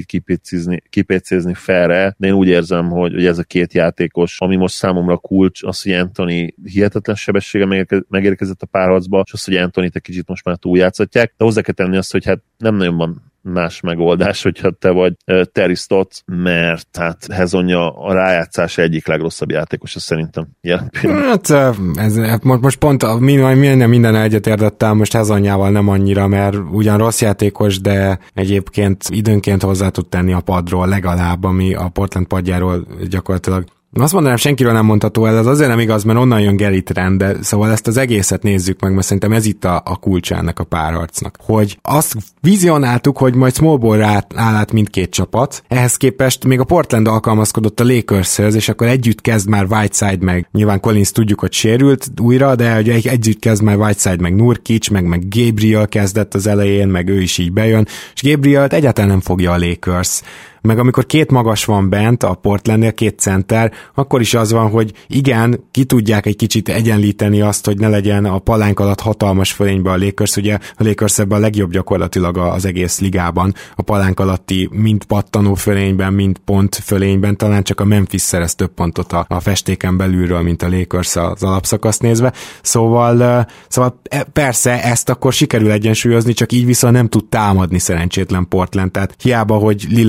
kipécézni felre, de én úgy érzem, hogy ez a 2 játékos, ami most számomra kulcs, az, hogy Anthony hihetetlen sebessége megérkezett a párharcba, és az, hogy Anthony-t egy kicsit most már túljátszatják, de hozzá kell tenni azt, hogy hát nem nagyon van más megoldás, hogyha te vagy Terry Stotts, mert hát Hezonja a rájátszás egyik legrosszabb játékos, ez szerintem jelen pillanat. Hát most pont minden egyetértettem, most Hezonjával nem annyira, mert ugyan rossz játékos, de egyébként időnként hozzá tud tenni a padról legalább, ami a Portland padjáról gyakorlatilag. Azt mondanám, senkiről nem mondható el, ez azért nem igaz, mert onnan jön Gary Trent, de szóval ezt az egészet nézzük meg, mert szerintem ez itt a kulcsa ennek a párharcnak. Hogy azt vizionáltuk, hogy majd small ball-ra áll át mindkét csapat, ehhez képest még a Portland alkalmazkodott a Lakershöz, és akkor együtt kezd már Whiteside meg, nyilván Collins tudjuk, hogy sérült újra, de hogy együtt kezd már Whiteside meg Nurkic, meg Gabriel kezdett az elején, meg ő is így bejön, és Gabrielt egyáltalán nem fogja a Lakers. Meg amikor 2 magas van bent, a Portlandnél 2 center, akkor is az van, hogy igen, ki tudják egy kicsit egyenlíteni azt, hogy ne legyen a palánk alatt hatalmas fölénybe a Lakers, ugye a Lakers ebben a legjobb gyakorlatilag az egész ligában, a palánk alatti mind pattanó fölényben, mind pont fölényben, talán csak a Memphis szerez több pontot a festéken belülről, mint a Lakers az alapszakaszt nézve, szóval persze ezt akkor sikerül egyensúlyozni, csak így viszont nem tud támadni szerencsétlen Portland, tehát hiába, hogy Lillard meg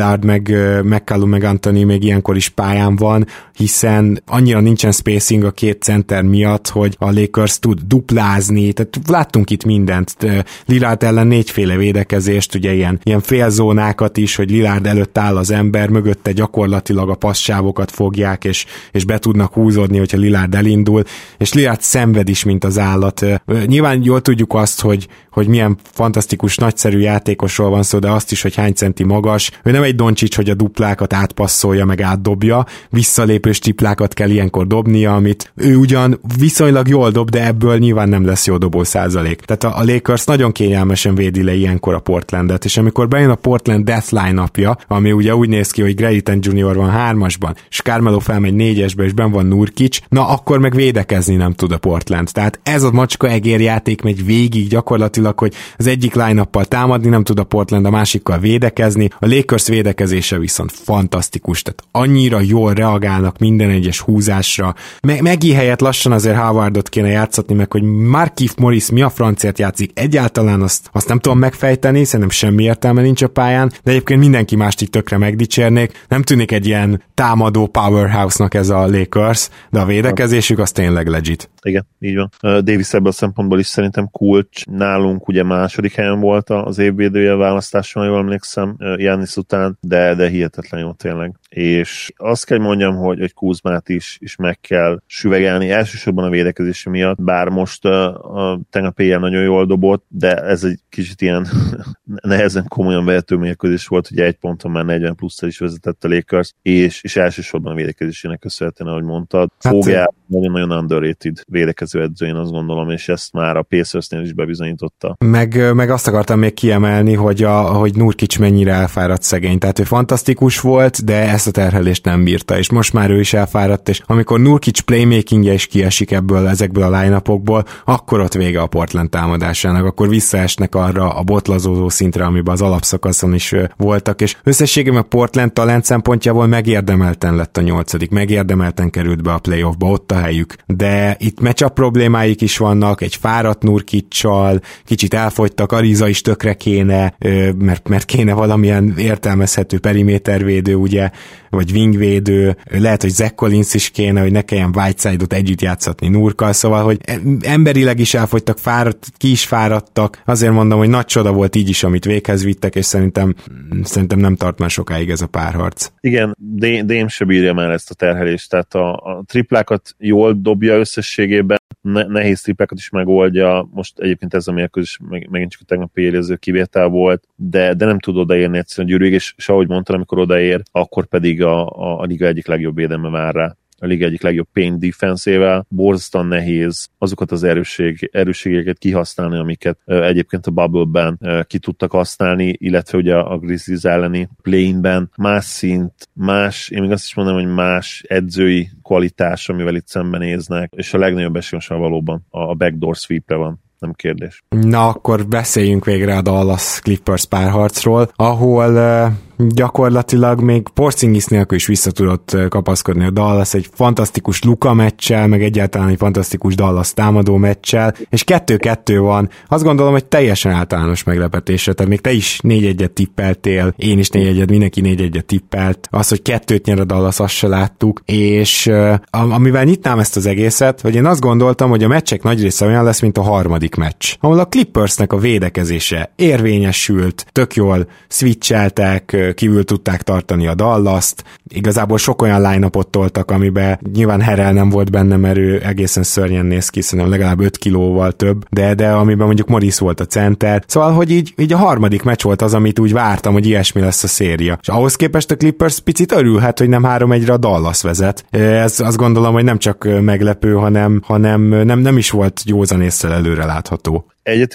McCallum meg Anthony még ilyenkor is pályán van, hiszen annyira nincsen spacing a két center miatt, hogy a Lakers tud duplázni, tehát láttunk itt mindent. Lillard ellen 4 féle védekezést, ugye ilyen félzónákat is, hogy Lillard előtt áll az ember, mögötte gyakorlatilag a passsávokat fogják, és be tudnak húzódni, hogyha Lillard elindul, és Lillard szenved is, mint az állat. Nyilván jól tudjuk azt, hogy milyen fantasztikus, nagyszerű játékosról van szó, de azt is, hogy hány centi magas. Ő nem egy Doncsics, hogy a duplákat átpasszolja, meg átdobja, visszalépős triplákat kell ilyenkor dobnia, amit ő ugyan viszonylag jól dob, de ebből nyilván nem lesz jó dobó százalék. Tehát a Lakers nagyon kényelmesen védi le ilyenkor a Portlandet, és amikor bejön a Portland Death line-napja, ami ugye úgy néz ki, hogy Greg Eaton Jr. van 3-asban, és Carmelo felmegy 4-esbe, és benn van Nurkic, na akkor meg védekezni nem tud a Portland. Tehát ez a macska egérjáték megy végig gyakorlatilag, hogy az egyik line-uppal támadni nem tud a Portland, a másikkal védekezni. A Lakers védekezése viszont fantasztikus, tehát annyira jól reagálnak minden egyes húzásra. Megi helyett lassan azért Howardot kéne játszatni, meg hogy Markieff Morris mi a francért játszik, egyáltalán azt nem tudom megfejteni, szerintem semmi értelme nincs a pályán, de egyébként mindenki mást így tökre megdicsérnék. Nem tűnik egy ilyen támadó powerhouse-nak ez a Lakers, de a védekezésük az tényleg legit. Igen, így van. Davis ebből a szempontból is szerintem kulcs. Nálunk ugye második helyen volt az évvédője választáson, jól emlékszem, Giannis után, de hihetetlen jó tényleg. És azt kell mondjam, hogy Kuzmát is meg kell süvegelni, elsősorban a védekezése miatt, bár most a tegnap éjjel nagyon jól dobott, de ez egy kicsit ilyen nehezen komolyan vehető mérkőzés volt, ugye egy ponton már 40 plusszal is vezetett a Lakers, és elsősorban a védekezésének köszönhetően, ahogy mondtad. Fogja nagyon-nagyon underrated védekező edző, én azt gondolom, és ezt már a Pacersnél is bebizonyította. Meg azt akartam még kiemelni, hogy Nurkic mennyire elfáradt szegény, tehát ő fantasztikus volt, de ezt a terhelést nem bírta, és most már ő is elfáradt, és amikor Nurkic playmakingje is kiesik ezekből a line-upokból, akkor ott vége a Portland támadásának, akkor visszaesnek arra a botlazózó szintre, amiben az alapszakaszon is voltak, és összességében a Portland talent szempontjából megérdemelten lett a 8., megérdemelten került be a playoffba, ott a helyük, de itt matchup problémáik is vannak, egy fáradt Nurkic-sal, kicsit elfogytak, Ariza is tökre kéne, mert kéne valamilyen értelmezhető perimétervédő, ugye, vagy wingvédő, lehet, hogy Zach Collins is kéne, hogy ne kelljen Whiteside-ot együtt játszatni Nurkkal, szóval, hogy emberileg is elfogytak, ki is fáradtak, azért mondom, hogy nagy csoda volt így is, amit véghez vittek, és szerintem nem tart már sokáig ez a párharc. Igen, Dame se bírja már ezt a terhelést, tehát a triplákat jól dobja összességében, nehéz triplákat is megoldja, most egyébként ez a mérkőzés megint csak a tegnapi érező kivétel volt, de nem tud odaérni egyszerűen Győrűig, és ahogy mondtam, amikor odaér, akkor pedig a liga egyik legjobb védelme vár rá. A liga egyik legjobb paint defense-ével, borzasztóan nehéz azokat az erősségeket kihasználni, amiket egyébként a Bubble-ben ki tudtak használni, illetve ugye a Grizzlies elleni play-inben más szint, én még azt is mondom, hogy más edzői kvalitás, amivel itt szembenéznek, és a legnagyobb esélyesen valóban a backdoor sweep-re van. Nem kérdés. Na, akkor beszéljünk végre a Dallas Clippers párharcról, ahol gyakorlatilag még Porzingis nélkül is vissza tudott kapaszkodni a Dallas egy fantasztikus Luka meccsel, meg egyáltalán egy fantasztikus Dallas támadó meccsel, és 2-2 van. Azt gondolom, hogy teljesen általános meglepetésre, tehát még te is 4-1-et tippeltél, én is 4-1-et, mindenki 4-1-et tippelt. Az, hogy 2-t nyer a Dallas, azt se láttuk, és amivel nyitnám ezt az egészet, hogy én azt gondoltam, hogy a meccsek nagy része olyan lesz, mint a harmadik meccs, ahol a Clippersnek a védekezése érvényesült, tök jól switcheltek, kívül tudták tartani a Dallast, igazából sok olyan line-upot toltak, amiben nyilván Harrell nem volt benne, mert ő egészen szörnyen néz ki, szerintem legalább 5 kilóval több, de amiben mondjuk Morris volt a center, szóval, hogy így a harmadik meccs volt az, amit úgy vártam, hogy ilyesmi lesz a széria. És ahhoz képest a Clippers picit örülhet, hogy nem 3-1-re a Dallas vezet. Ez azt gondolom, hogy nem csak meglepő, hanem nem is volt józan ésszel előre látható.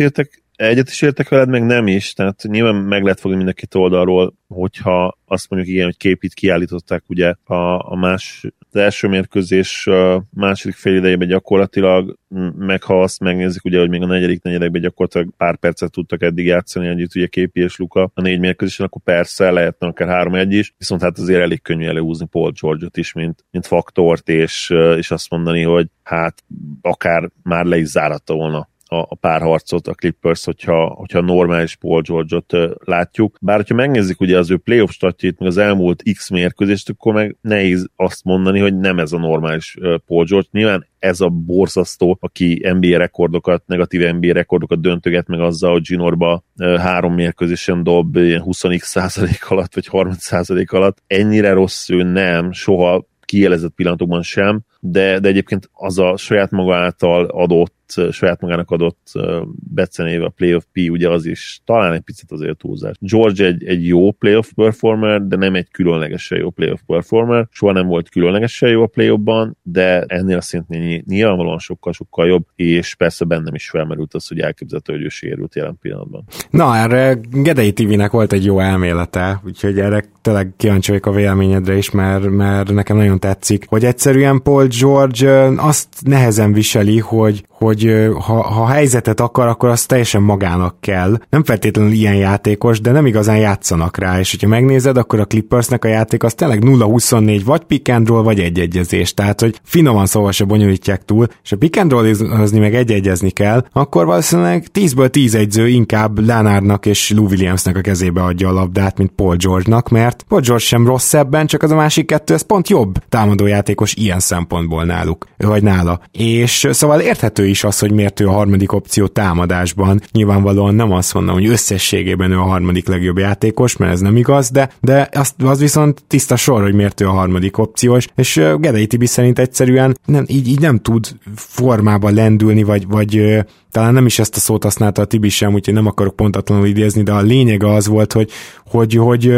Egyet is értek veled, meg nem is, tehát nyilván meg lehet fogni mind a két oldalról, hogyha azt mondjuk igen, hogy képít kiállították ugye az első mérkőzés második fél idejében gyakorlatilag, meg ha azt megnézik, ugye, hogy még a negyedik negyedekben gyakorlatilag pár percet tudtak eddig játszani együtt, ugye Képi és Luka a 4 mérkőzésen, akkor persze lehetne akár 3-1 is, viszont hát azért elég könnyű előhúzni Paul George-ot is, mint faktort, és azt mondani, hogy hát akár már le is záratta volna a párharcot a Clippers, hogyha normális Paul George-ot látjuk. Bár hogyha megnézzük ugye az ő playoff statjét, meg az elmúlt X mérkőzést, akkor meg nehéz azt mondani, hogy nem ez a normális Paul George. Nyilván ez a borzasztó, aki NBA rekordokat, negatív NBA rekordokat döntöget meg azzal, hogy Ginorba 3 mérkőzésen dob ilyen 20% alatt, vagy 30% alatt. Ennyire rossz ő nem, soha kielezett pillanatokban sem, de egyébként az a saját magának adott becenéve a playoff P, ugye az is talán egy picit azért túlzás. George egy jó playoff performer, de nem egy különlegesen jó playoff performer. Soha nem volt különlegesen jó a playoffban, de ennél a szintén nyilvánvalóan sokkal jobb, és persze bennem is felmerült az, hogy elképzelhető, hogy ő sérült jelen pillanatban. Na, erre Gedei TV-nek volt egy jó elmélete, úgyhogy erre tényleg kíváncsi vagyok a véleményedre is, mert nekem nagyon tetszik, hogy egyszerűen Paul George azt nehezen viseli, hogy ha helyzetet akar, akkor az teljesen magának kell. Nem feltétlenül ilyen játékos, de nem igazán játszanak rá, és hogyha megnézed, akkor a Clippersnek a játék az tényleg 0-24, vagy pick and roll, vagy egyegyezés. Tehát, hogy finoman szóval se bonyolítják túl, és a pick and rollizni meg egyegyezni kell, akkor valószínűleg 10-ből 10 egyző inkább Leonardnak és Lou Williamsnek a kezébe adja a labdát, mint Paul George-nak, mert Paul George sem rossz ebben, csak az a másik kettő, ez pont jobb támadójátékos ilyen szempontból náluk, vagy nála. És szóval érthető is az, hogy miért ő a harmadik opció támadásban. Nyilvánvalóan nem azt mondom, hogy összességében ő a harmadik legjobb játékos, mert ez nem igaz, de az viszont tiszta sor, hogy miért ő a harmadik opciós, és Gedei Tibi szerint egyszerűen így nem tud formába lendülni, vagy talán nem is ezt a szót használta a Tibi sem, úgyhogy nem akarok pontatlanul idézni, de a lényege az volt, hogy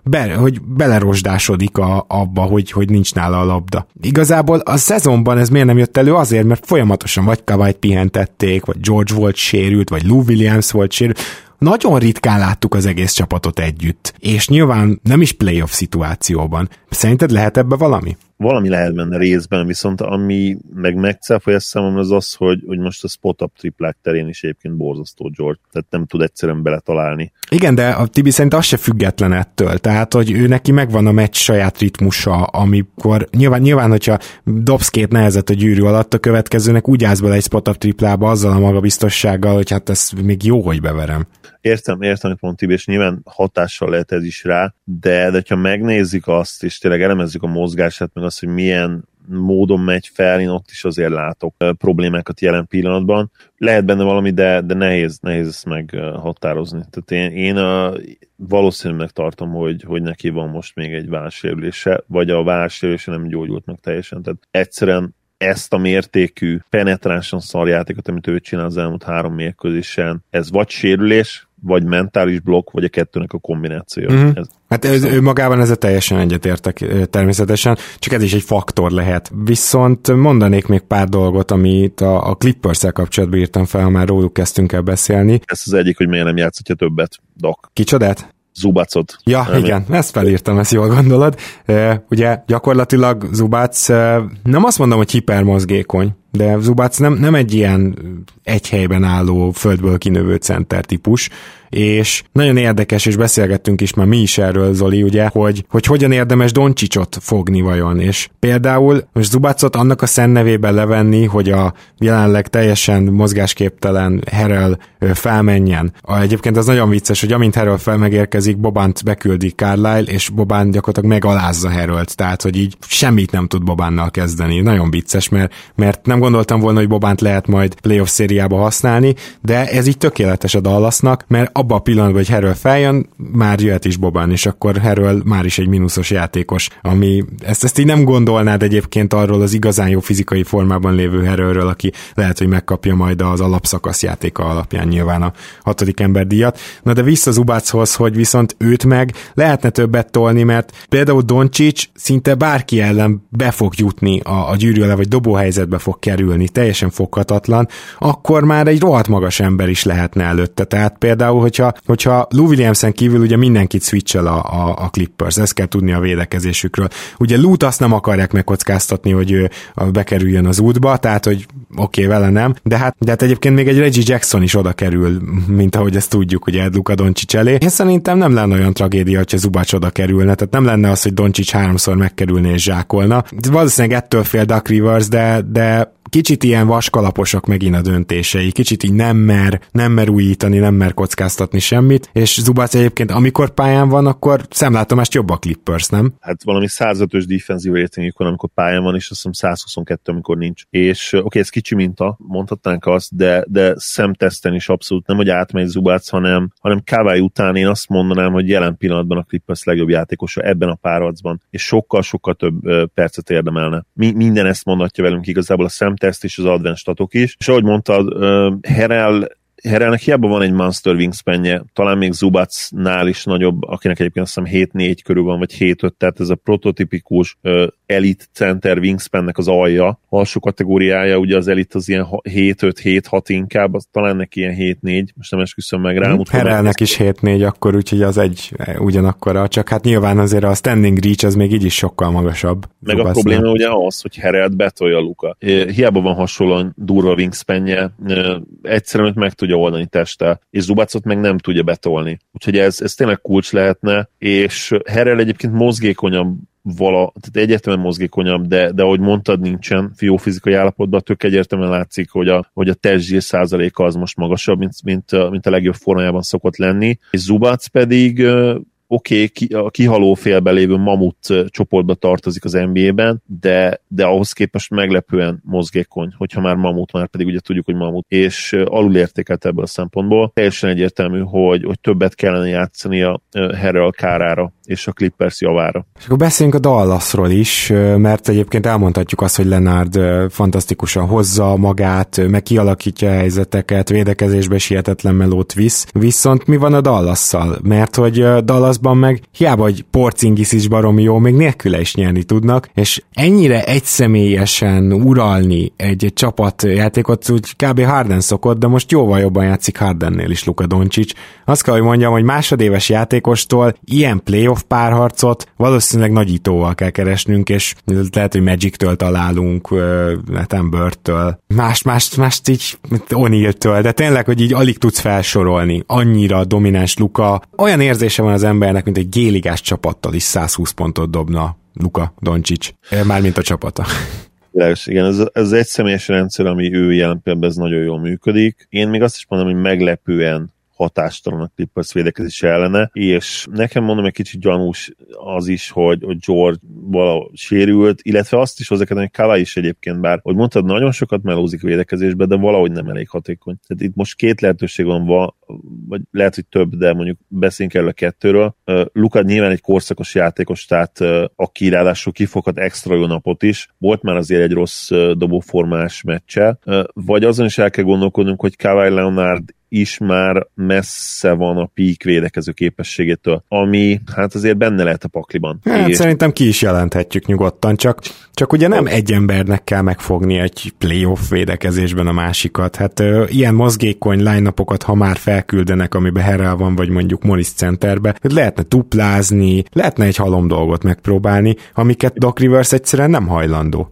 belerosdásodik abba, hogy nincs nála a labda. Igazából a szezonban ez miért nem jött elő? Azért, mert folyamatosan vagy Kawait pihentették, vagy George volt sérült, vagy Lou Williams volt sérült. Nagyon ritkán láttuk az egész csapatot együtt. És nyilván nem is playoff szituációban. Szerinted lehet ebbe valami? Valami lehet benne részben, viszont ami meg megcáfolja számomra az, hogy most a spot-up triplák terén is egyébként borzasztó George, tehát nem tud egyszerűen beletalálni. Igen, de a Tibi szerint az se független ettől, tehát hogy ő neki megvan a meccs saját ritmusa, amikor nyilván, hogyha dobsz 2 nehezet a gyűrű alatt, a következőnek úgy állsz bele egy spot-up triplába azzal a magabiztossággal, hogy hát ez még jó, hogy beverem. Értem, hogy pont Tibi, és nyilván hatással lehet ez is rá, de ha megnézzük azt, és tényleg elemezzük a mozgását, meg azt, hogy milyen módon megy fel, én ott is azért látok problémákat jelen pillanatban. Lehet benne valami, de nehéz ezt meghatározni. Tehát én valószínűleg tartom, hogy neki van most még egy válsérülése, vagy a válsérülése nem gyógyult meg teljesen. Tehát egyszerűen ezt a mértékű penetránsan szarjátékot, amit ő csinál az elmúlt 3 mérkőzésen, ez vagy sérülés, vagy mentális blokk, vagy a kettőnek a kombinációja. Mm-hmm. Hát ő magában ezzel teljesen egyetértek természetesen, csak ez is egy faktor lehet. Viszont mondanék még pár dolgot, amit a Clippers-szel kapcsolatban írtam fel, ha már róluk kezdtünk el beszélni. Ez az egyik, hogy miért nem játszhatja többet, Doc. Kicsodát? Zubacot. Ja, igen, ezt felírtam, ezt jól gondolod. Ugye gyakorlatilag Zubac nem azt mondom, hogy hipermozgékony, de Zubac nem egy ilyen egy helyben álló, földből kinövő center típus, és nagyon érdekes, és beszélgettünk is már mi is erről, Zoli, ugye, hogy hogyan érdemes Doncsicsot fogni vajon, és például most Zubacot annak a szennevében levenni, hogy a jelenleg teljesen mozgásképtelen Harrell felmenjen. Egyébként az nagyon vicces, hogy amint Harrell megérkezik, Bobant beküldi Carlisle, és Boban gyakorlatilag megalázza Harrellt, tehát hogy így semmit nem tud Bobannal kezdeni. Nagyon vicces, mert nem gondoltam volna, hogy Bobant lehet majd playoff szériába használni, de ez így tökéletes a Dallasnak, mert abban a pillanatban, hogy Harrell feljön, már jöhet is Boban, és akkor Harrell már is egy mínuszos játékos, ami ezt így nem gondolnád egyébként arról az igazán jó fizikai formában lévő Harrellről, aki lehet, hogy megkapja majd az alapszakasz játéka alapján nyilván a 6. ember díjat. Na de vissza Zubachoz, hogy viszont őt meg lehetne többet tolni, mert például Doncic szinte bárki ellen be fog jutni a gyűrű alá, vagy dobóhelyzetbe fog kerülni, teljesen foghatatlan, akkor már egy rohadt magas ember is lehetne előtte. Tehát például, hogyha Lou Williamsen kívül ugye mindenkit switchel a Clippers, ezt kell tudni a védekezésükről. Ugye Lou-t azt nem akarják megkockáztatni, hogy ő bekerüljön az útba, tehát hogy oké, vele nem, de hát egyébként még egy Reggie Jackson is oda kerül, mint ahogy ezt tudjuk, ugye Luka Doncic elé. Én szerintem nem lenne olyan tragédia, hogyha Zubac oda kerülne, tehát nem lenne az, hogy Doncic 3-szor megkerülné és zsákolna. Valószínűleg ettől fél Doc Rivers, de kicsit ilyen vaskalaposak megint a döntései, kicsit így nem mer újítani, nem mer kockáztatni semmit, és Zubac egyébként amikor pályán van, akkor szemlátomást jobb a Clippers, nem? Hát valami 105-ös defensive ratingük van, amikor pályán van, és azt hiszem 122, amikor nincs. És oké, ez kicsi minta, mondhatnánk azt, de szemteszten is abszolút nem, hogy átmegy Zubac, hanem Kawhi után én azt mondanám, hogy jelen pillanatban a Clippers legjobb játékosa ebben a párharcban, és sokkal-sokkal több percet érdemelne. Minden ezt mondatja velünk igazából a szemteszt és az advanced statok is. És ahogy mondtad, Harrellnek hiába van egy monster wingspanje, talán még Zubacnál is nagyobb, akinek egyébként azt hiszem 7-4 körül van, vagy 7-5, tehát ez a prototipikus elite center wingspannek az alja, alsó kategóriája, ugye az elit az ilyen 7-5-7-6 inkább, az talán neki ilyen 7-4, most nem esküszöm meg rá. Harrellnek is 7-4 akkor, úgyhogy az egy ugyanakkora, csak hát nyilván azért a standing reach az még így is sokkal magasabb. Meg a probléma ugye az, hogy Harrellt betolja Luka. Hiába van hasonlóan durva wingspanje, egyszerűen meg tudja oldani testtel, és Zubacot meg nem tudja betolni. Úgyhogy ez tényleg kulcs lehetne, és Harrell egyébként mozgékonyabb tehát egyértelműen mozgékonyabb, de ahogy mondtad, nincsen jó fizikai állapotban, tök egyértelműen látszik, hogy a testzsír százaléka az most magasabb, mint a legjobb formájában szokott lenni, és Zubac pedig oké, a kihaló félben lévő mamut csoportba tartozik az NBA-ben, de ahhoz képest meglepően mozgékony, hogyha már mamut, már pedig ugye tudjuk, hogy mamut, és alulértékelt ebből a szempontból. Teljesen egyértelmű, hogy többet kellene játszani a Harrell kárára és a Clippers javára. És akkor beszéljünk a Dallasról is, mert egyébként elmondhatjuk azt, hogy Leonard fantasztikusan hozza magát, meg kialakítja a helyzeteket, védekezésbe is hihetetlen melót visz. Viszont mi van a Dallasszal? Mert hogy Dallasban meg hiába, hogy Porzingis is baromi jó, még nélküle is nyerni tudnak, és ennyire egyszemélyesen uralni egy csapatjátékot, úgy kb. Harden szokott, de most jóval jobban játszik Hardennél is Luka Doncic. Azt kell, hogy mondjam, hogy másodéves játékostól ilyen playoff párharcot valószínűleg nagyítóval kell keresnünk, és lehet, hogy Magic-től találunk, Ambertől, mást így O'Neal-től, de tényleg, hogy így alig tudsz felsorolni. Annyira domináns Luka. Olyan érzése van az embernek, mint egy G-ligás csapattal is 120 pontot dobna Luka Doncic. Mármint a csapata. Igen, ez egy személyes rendszer, ami ő jelen pillanatban ez nagyon jól működik. Én még azt is mondom, hogy meglepően hatástalan a Clippers védekezés ellene, és nekem mondom egy kicsit gyanús az is, hogy George valahol sérült, illetve azt is hozzá kell, hogy Kawhi is egyébként, bár, hogy mondtad, nagyon sokat melózik a védekezésbe, de valahogy nem elég hatékony. Tehát itt most két lehetőség van, vagy lehet, hogy több, de mondjuk beszéljünk erről a kettőről. Luka nyilván egy korszakos játékos, tehát aki ráadásul kifoghat extra jó napot is, volt már azért egy rossz dobóformás meccsel, vagy azon is el kell gondolkodnunk, hogy Kawhi Leonard is már messze van a peak védekező képességétől, ami hát azért benne lehet a pakliban. Hát szerintem ki is jelenthetjük nyugodtan, csak ugye nem egy embernek kell megfogni egy playoff védekezésben a másikat. Hát ilyen mozgékony line-upokat, ha már felküldenek, amiben Harrell van, vagy mondjuk Morris centerbe, lehetne duplázni, lehetne egy halom dolgot megpróbálni, amiket Doc Rivers egyszerűen nem hajlandó.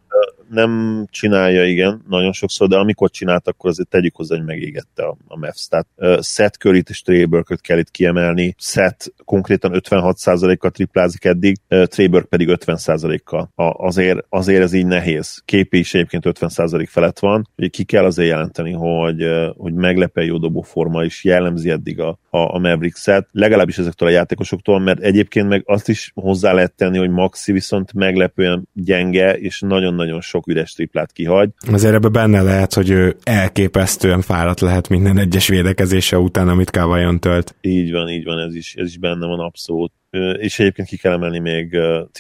Nem csinálja, igen, nagyon sokszor, de amikor csinált, akkor azért tegyük hozzá, hogy megégette a Mavs. Tehát Seth Curryt és Trey Burke-öt kell itt kiemelni. Seth konkrétan 56%-kal triplázik eddig, Trey Burke pedig 50%-kal. Azért ez így nehéz. Képi is egyébként 50% felett van, hogy ki kell azért jelenteni, hogy meglepő jó dobóforma is jellemzi eddig a Mavericks-et, legalábbis ezektől a játékosoktól, mert egyébként meg azt is hozzá lehet tenni, hogy Maxi viszont meglepően gyenge, és nagyon-nagyon sok üres triplát kihagy. Azért ebben benne lehet, hogy ő elképesztően fáradt lehet minden egyes védekezése után, amit Kawhi-on tölt. Így van, ez is benne van abszolút. És egyébként ki kell emelni még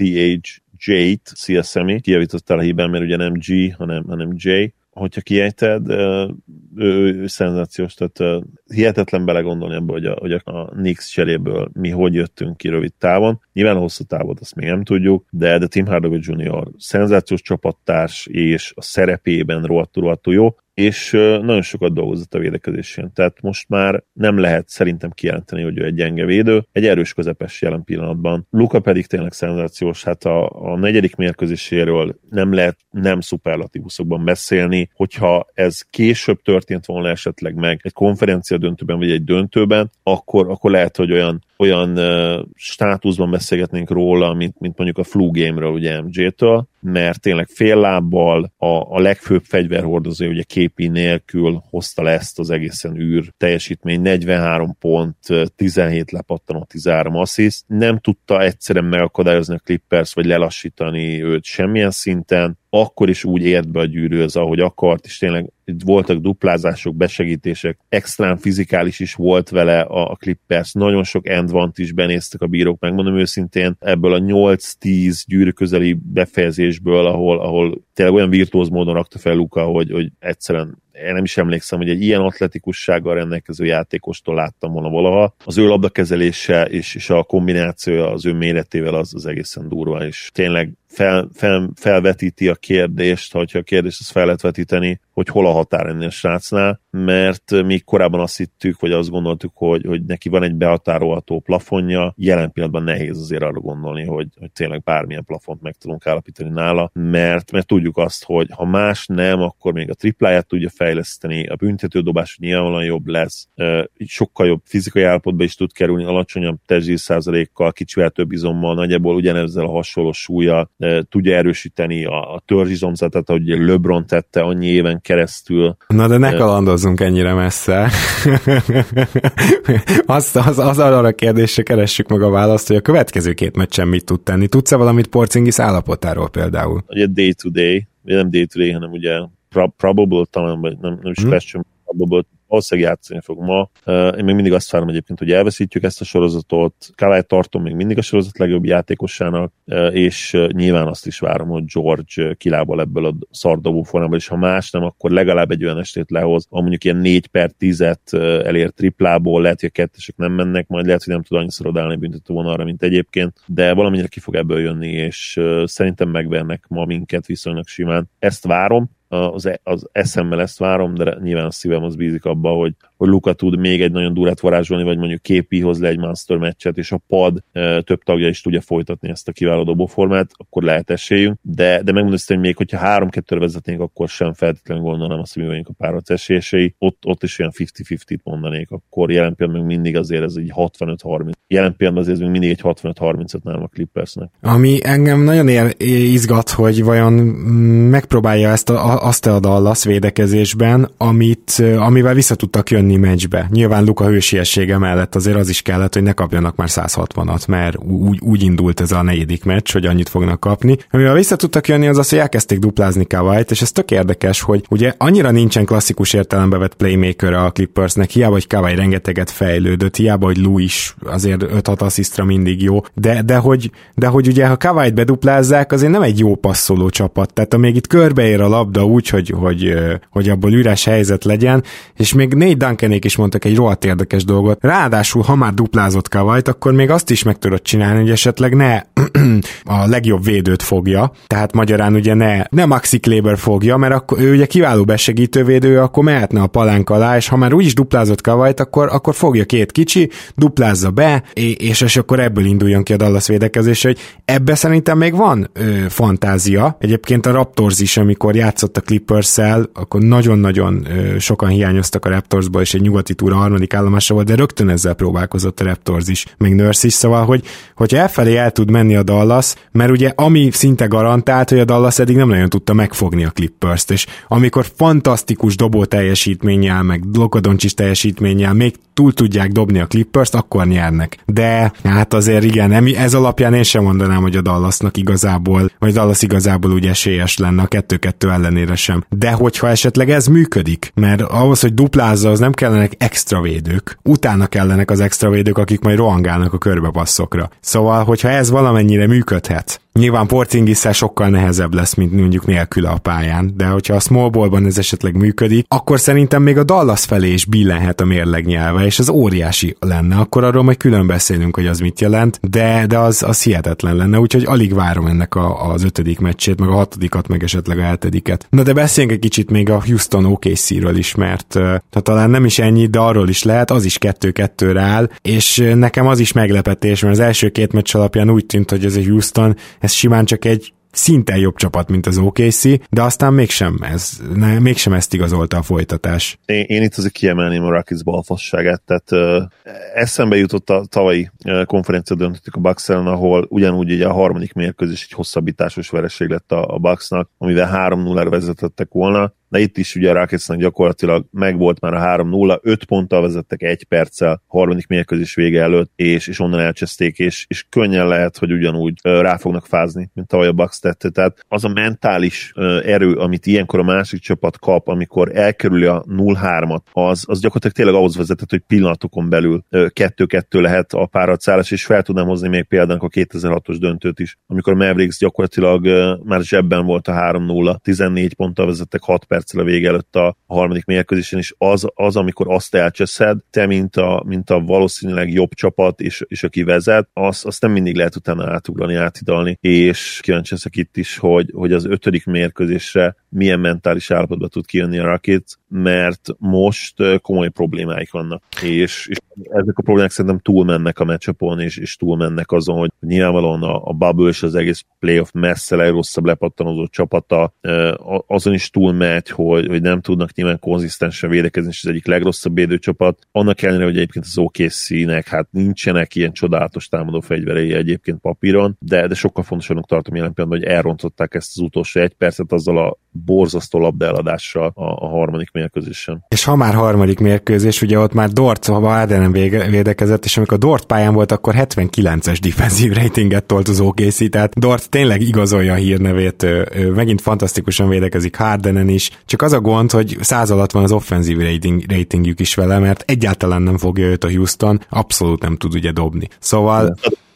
THJ-t, szia Szemi, kijavítottál a hibán, mert ugye nem G, hanem J, hogyha kiejted, szenzációs, tehát hihetetlen belegondolni abba, hogy a Knicks cseréből mi hogy jöttünk ki rövid távon. Nyilván a hosszú távot azt még nem tudjuk, de Tim Hardaway Jr. szenzációs csapattárs, és a szerepében rohadtul jó, és nagyon sokat dolgozott a védekezésén. Tehát most már nem lehet szerintem kijelenteni, hogy ő egy gyenge védő, egy erős közepes jelen pillanatban. Luka pedig tényleg szenzációs, hát a negyedik mérkőzéséről nem lehet nem szuperlatívuszokban beszélni, hogyha ez később történt volna esetleg meg egy konferencia döntőben, vagy egy döntőben, akkor lehet, hogy olyan státuszban beszélgetnénk róla, mint mondjuk a flu game-ről, ugye MJ-től, mert tényleg fél lábbal a legfőbb fegyverhordozó, ugye képi nélkül hozta le ezt az egészen űr teljesítmény, 43 pont, 17 lepattanó, 13 assziszt. Nem tudta egyszerűen megakadályozni a Clippers, vagy lelassítani őt semmilyen szinten, akkor is úgy ért be a gyűrűhöz, ahogy akart, és tényleg voltak duplázások, besegítések, extrán fizikális is volt vele a Clippers, nagyon sok endvant is benéztek a bírók, megmondom őszintén, ebből a 8-10 gyűrű közeli befejezésből, ahol tényleg olyan virtuóz módon rakta fel Luka, hogy egyszerűen én nem is emlékszem, hogy egy ilyen atletikussággal rendelkező játékostól láttam volna valaha. Az ő labdakezelése és a kombinációja az ő méretével az egészen durva, és tényleg felvetíti a kérdést, hogyha a kérdést ezt fel lehet vetíteni, hogy hol a határ ennél a srácnál, mert még korábban azt hittük, vagy azt gondoltuk, hogy neki van egy behatárolható plafonja, jelen pillanatban nehéz azért arra gondolni, hogy tényleg bármilyen plafont meg tudunk állapítani nála, mert tudjuk azt, hogy ha más nem, akkor még a tripláját tudja fejleszteni, a büntetődobás nyilvánvalóan jobb lesz, sokkal jobb fizikai állapotba is tud kerülni, alacsonyabb testzsír százalékkal, kicsivel több izommal, nagyjából ugyanezzel a hasonló súllyal tudja erősíteni a törzsizomzatát, ahogy LeBron tette annyi éven keresztül. Na de ne kalandozzunk ennyire messze. az arra a kérdésre keressük meg a választ, hogy a következő két meccsen mit tud tenni. Tudsz-e valamit Porzingis állapotáról például? Ugye day-to-day, nem day-to-day, hanem ugye probable talán, vagy nem is question probable, valószínűleg játszani fog ma. Én még mindig azt várom egyébként, hogy elveszítjük ezt a sorozatot. Kawhi tartom még mindig a sorozat legjobb játékosának, és nyilván azt is várom, hogy George kilábal ebből a szardobó formából, és ha más nem, akkor legalább egy olyan estét lehoz, ha mondjuk ilyen 4/10 elér triplából, lehet, hogy a kettesek nem mennek, majd lehet, hogy nem tud annyiszor odállni büntető vonalra, mint egyébként, de valamennyire ki fog ebből jönni, és szerintem megvernek ma minket viszonylag simán. Ezt várom. Az eszemmel ezt várom, de nyilván a szívem az bízik abba, hogy Luka tud még egy nagyon durát varázsolni, vagy mondjuk KP hoz le egy monster meccset, és a pad több tagja is tudja folytatni ezt a kiváló dobóformát, akkor lehet esélyünk, de megmondom, hogy még hogyha 3-2-re vezetnénk, akkor sem feltétlenül gondolnám azt, hogy mi vagyunk a párharc esélyesei, ott is olyan 50-50-t mondanék, akkor jelen pillanatban még mindig azért ez egy 65-30. Jelen pillanatban azért még mindig egy 65-35 nálam a Clippersnek. Ami engem nagyon izgat, hogy vajon megpróbálja azt a Dallas védekezésben, amivel vissza tudtak jönni meccsbe. Nyilván Luka hősiessége mellett azért az is kellett, hogy ne kapjanak már 160-at, mert úgy indult ez a negyedik meccs, hogy annyit fognak kapni. Amivel vissza tudtak jönni, az hogy elkezdték duplázni Kawhit, és ez tök érdekes, hogy ugye annyira nincsen klasszikus értelembe vett playmaker a Clippersnek, hiába, hogy Kawhi rengeteget fejlődött, hiába, hogy Lou is azért 5-6 asszisztra mindig jó, de hogy ugye ha Kawhit beduplázzák, azért nem egy jó passzoló csapat, tehát amíg itt körbeér a labda úgy, hogy abból üres helyzet legyen, és még Nate Duncanék is mondtak egy rohadt érdekes dolgot. Ráadásul, ha már duplázott Kawhit, akkor még azt is meg tudod csinálni, hogy esetleg ne a legjobb védőt fogja, tehát magyarán ugye ne Maxi Kleber fogja, mert akkor ő ugye kiváló besegítő védő, akkor mehetne a palánk alá, és ha már úgyis duplázott Kawhit, akkor fogja két kicsi, duplázza be, és akkor ebből induljon ki a Dallas védekezés, hogy ebbe szerintem még van fantázia. Egyébként a Raptors is, amikor játszott a Clippers-szel, akkor nagyon-nagyon sokan hiányoztak a Raptorsból, és egy nyugati túra harmadik állomása volt, de rögtön ezzel próbálkozott a Raptors is, meg Nurse is, szóval, hogy elfelé el tud menni a Dallas, mert ugye ami szinte garantált, hogy a Dallas eddig nem nagyon tudta megfogni a Clippers-t, és amikor fantasztikus dobó teljesítménnyel, meg Luka Doncic teljesítménnyel még túl tudják dobni a Clippers-t, akkor nyernek. De hát azért igen, ez alapján én sem mondanám, hogy a Dallasnak igazából, vagy Dallas igazából úgy esélyes lenne a 2-2 ellenére sem. De hogyha esetleg ez működik, mert ahhoz, hogy duplázza, az nem kellenek extra védők. Utána kellenek az extra védők, akik majd rohangálnak a körbepasszokra. Szóval, hogyha ez valamennyire működhet, Nyilván Porzingisszel sokkal nehezebb lesz, mint mondjuk nélküle a pályán, de hogyha a small ballban ez esetleg működik, akkor szerintem még a Dallas felé is billenhet a mérleg nyelve, és az óriási lenne. Akkor arról majd külön beszélünk, hogy az mit jelent, de az hihetetlen lenne, úgyhogy alig várom ennek az 5. meccsét, meg a 6-at, meg esetleg a 7-et. Na de beszéljünk egy kicsit még a Houston OKC-ről is, mert talán nem is ennyi, de arról is lehet, az is 2-2-re áll, és nekem az is meglepetés, mert az első 2 meccs alapján úgy tűnt, hogy ez a Houston, ez simán csak egy szinten jobb csapat, mint az OKC, de aztán mégsem ezt igazolta a folytatás. Én itt azért kiemelném a Rockets balfasságát, tehát eszembe jutott a tavalyi konferencia döntöttük a Bucks ellen, ahol ugyanúgy ugye a harmadik mérkőzés egy hosszabbításos vereség lett a Bucksnak, amivel 3-0-ra vezetettek volna, de itt is ugye a Rocketsnak gyakorlatilag megvolt már a 3-0, 5 ponttal vezettek 1 perccel a harmadik mérkőzés vége előtt, és onnan elcseszték, és könnyen lehet, hogy ugyanúgy rá fognak fázni, mint tavaly a Bucks tette. Tehát az a mentális erő, amit ilyenkor a másik csapat kap, amikor elkerüli a 0-3-at, az gyakorlatilag tényleg ahhoz vezetett, hogy pillanatokon belül 2-2 lehet a párharcállás, és fel tudnám hozni még például a 2006-os döntőt is, amikor a Mavericks gyakorlatilag már zsebben volt a 3-0, 14 ponttal vezettek 6 perccel a vége előtt a harmadik mérkőzésen, és az amikor azt elcseszed, te, mint a valószínűleg jobb csapat, és aki vezet, azt nem mindig lehet utána átugrani, áthidalni, és kíváncsi leszek itt is, hogy az 5. mérkőzésre milyen mentális állapotba tud kijönni a Rockets, mert most komoly problémáik vannak, és ezek a problémák szerintem túlmennek a matchupon, és túlmennek azon, hogy nyilvánvalóan a bubble és az egész playoff messze legrosszabb lepattanozó csapata azon is túlmegy, hogy nem tudnak nyilván konzisztensen védekezni, és az egyik legrosszabb védőcsapat. Annak ellenére, hogy egyébként az OKC-nek hát nincsenek ilyen csodálatos támadó fegyverei egyébként papíron, de sokkal fontosabbnak tartom jelen pillanatban, hogy elrontották ezt az utolsó 1 percet azzal a borzasztó labdaeladással a harmadik mérkőzésen. És ha már harmadik mérkőzés, ugye ott már Dort Hardenen védekezett, és amikor Dort pályán volt, akkor 79-es defensív ratinget tolt az OKC, tehát Dort tényleg igazolja a hírnevét, megint fantasztikusan védekezik Hardenen is, csak az a gond, hogy 100 alatt van az offenzív ratingjük is vele, mert egyáltalán nem fogja őt a Houston, abszolút nem tud ugye dobni. Szóval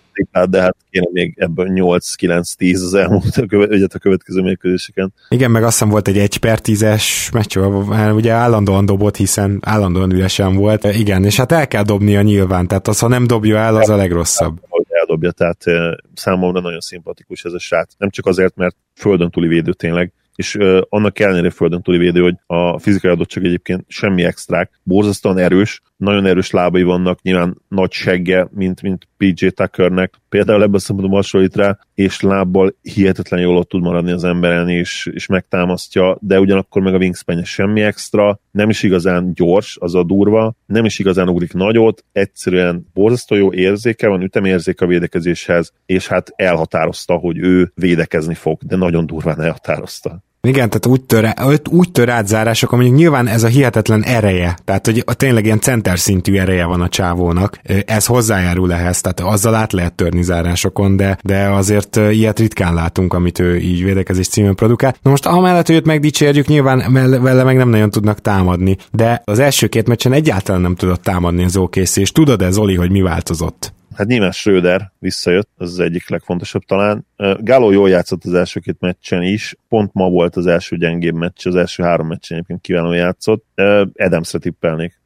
de hát kéne még ebből 8-9-10 az elmúlt a következő mérkőzéseken. Igen, meg azt hiszem volt egy 1/10-es meccs, ugye állandóan dobott, hiszen állandóan üresen volt. Igen, és hát el kell dobnia nyilván, tehát az, ha nem dobja el, az a legrosszabb. Eldobja, tehát számomra nagyon szimpatikus ez a srác. Nem csak azért, mert földön túli védő tényleg, és annak ellenére földön túli védő, hogy a fizikai adottság egyébként semmi extrák, borzasztóan erős, nagyon erős lábai vannak, nyilván nagy segge, mint PJ Tuckernek, például ebben a szempontból hasonlít rá, és lábbal hihetetlen jól ott tud maradni az emberen, és megtámasztja, de ugyanakkor meg a wingspan semmi extra, nem is igazán gyors, az a durva, nem is igazán ugrik nagyot, egyszerűen borzasztó jó érzéke van, ütemérzéke a védekezéshez, és hát elhatározta, hogy ő védekezni fog, de nagyon durván elhatározta. Igen, tehát úgy tör átzárások, mondjuk nyilván ez a hihetetlen ereje, tehát hogy tényleg ilyen center szintű ereje van a csávónak, ez hozzájárul ehhez, tehát azzal át lehet törni zárásokon, de azért ilyet ritkán látunk, amit ő így védekezés címén produkál. Na most amellett, hogy őt megdicsérjük, nyilván vele meg nem nagyon tudnak támadni, de az első 2 meccsen egyáltalán nem tudott támadni az OKC, és tudod-e, Zoli, hogy mi változott? Hát nyilván Schröder visszajött, ez az egyik legfontosabb talán. Gallo jól játszott az első 2 meccsen is, pont ma volt az első gyengébb meccs, az első 3 meccsen egyébként kiválóan játszott. Adamsre tippelnék.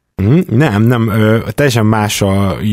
Nem, teljesen más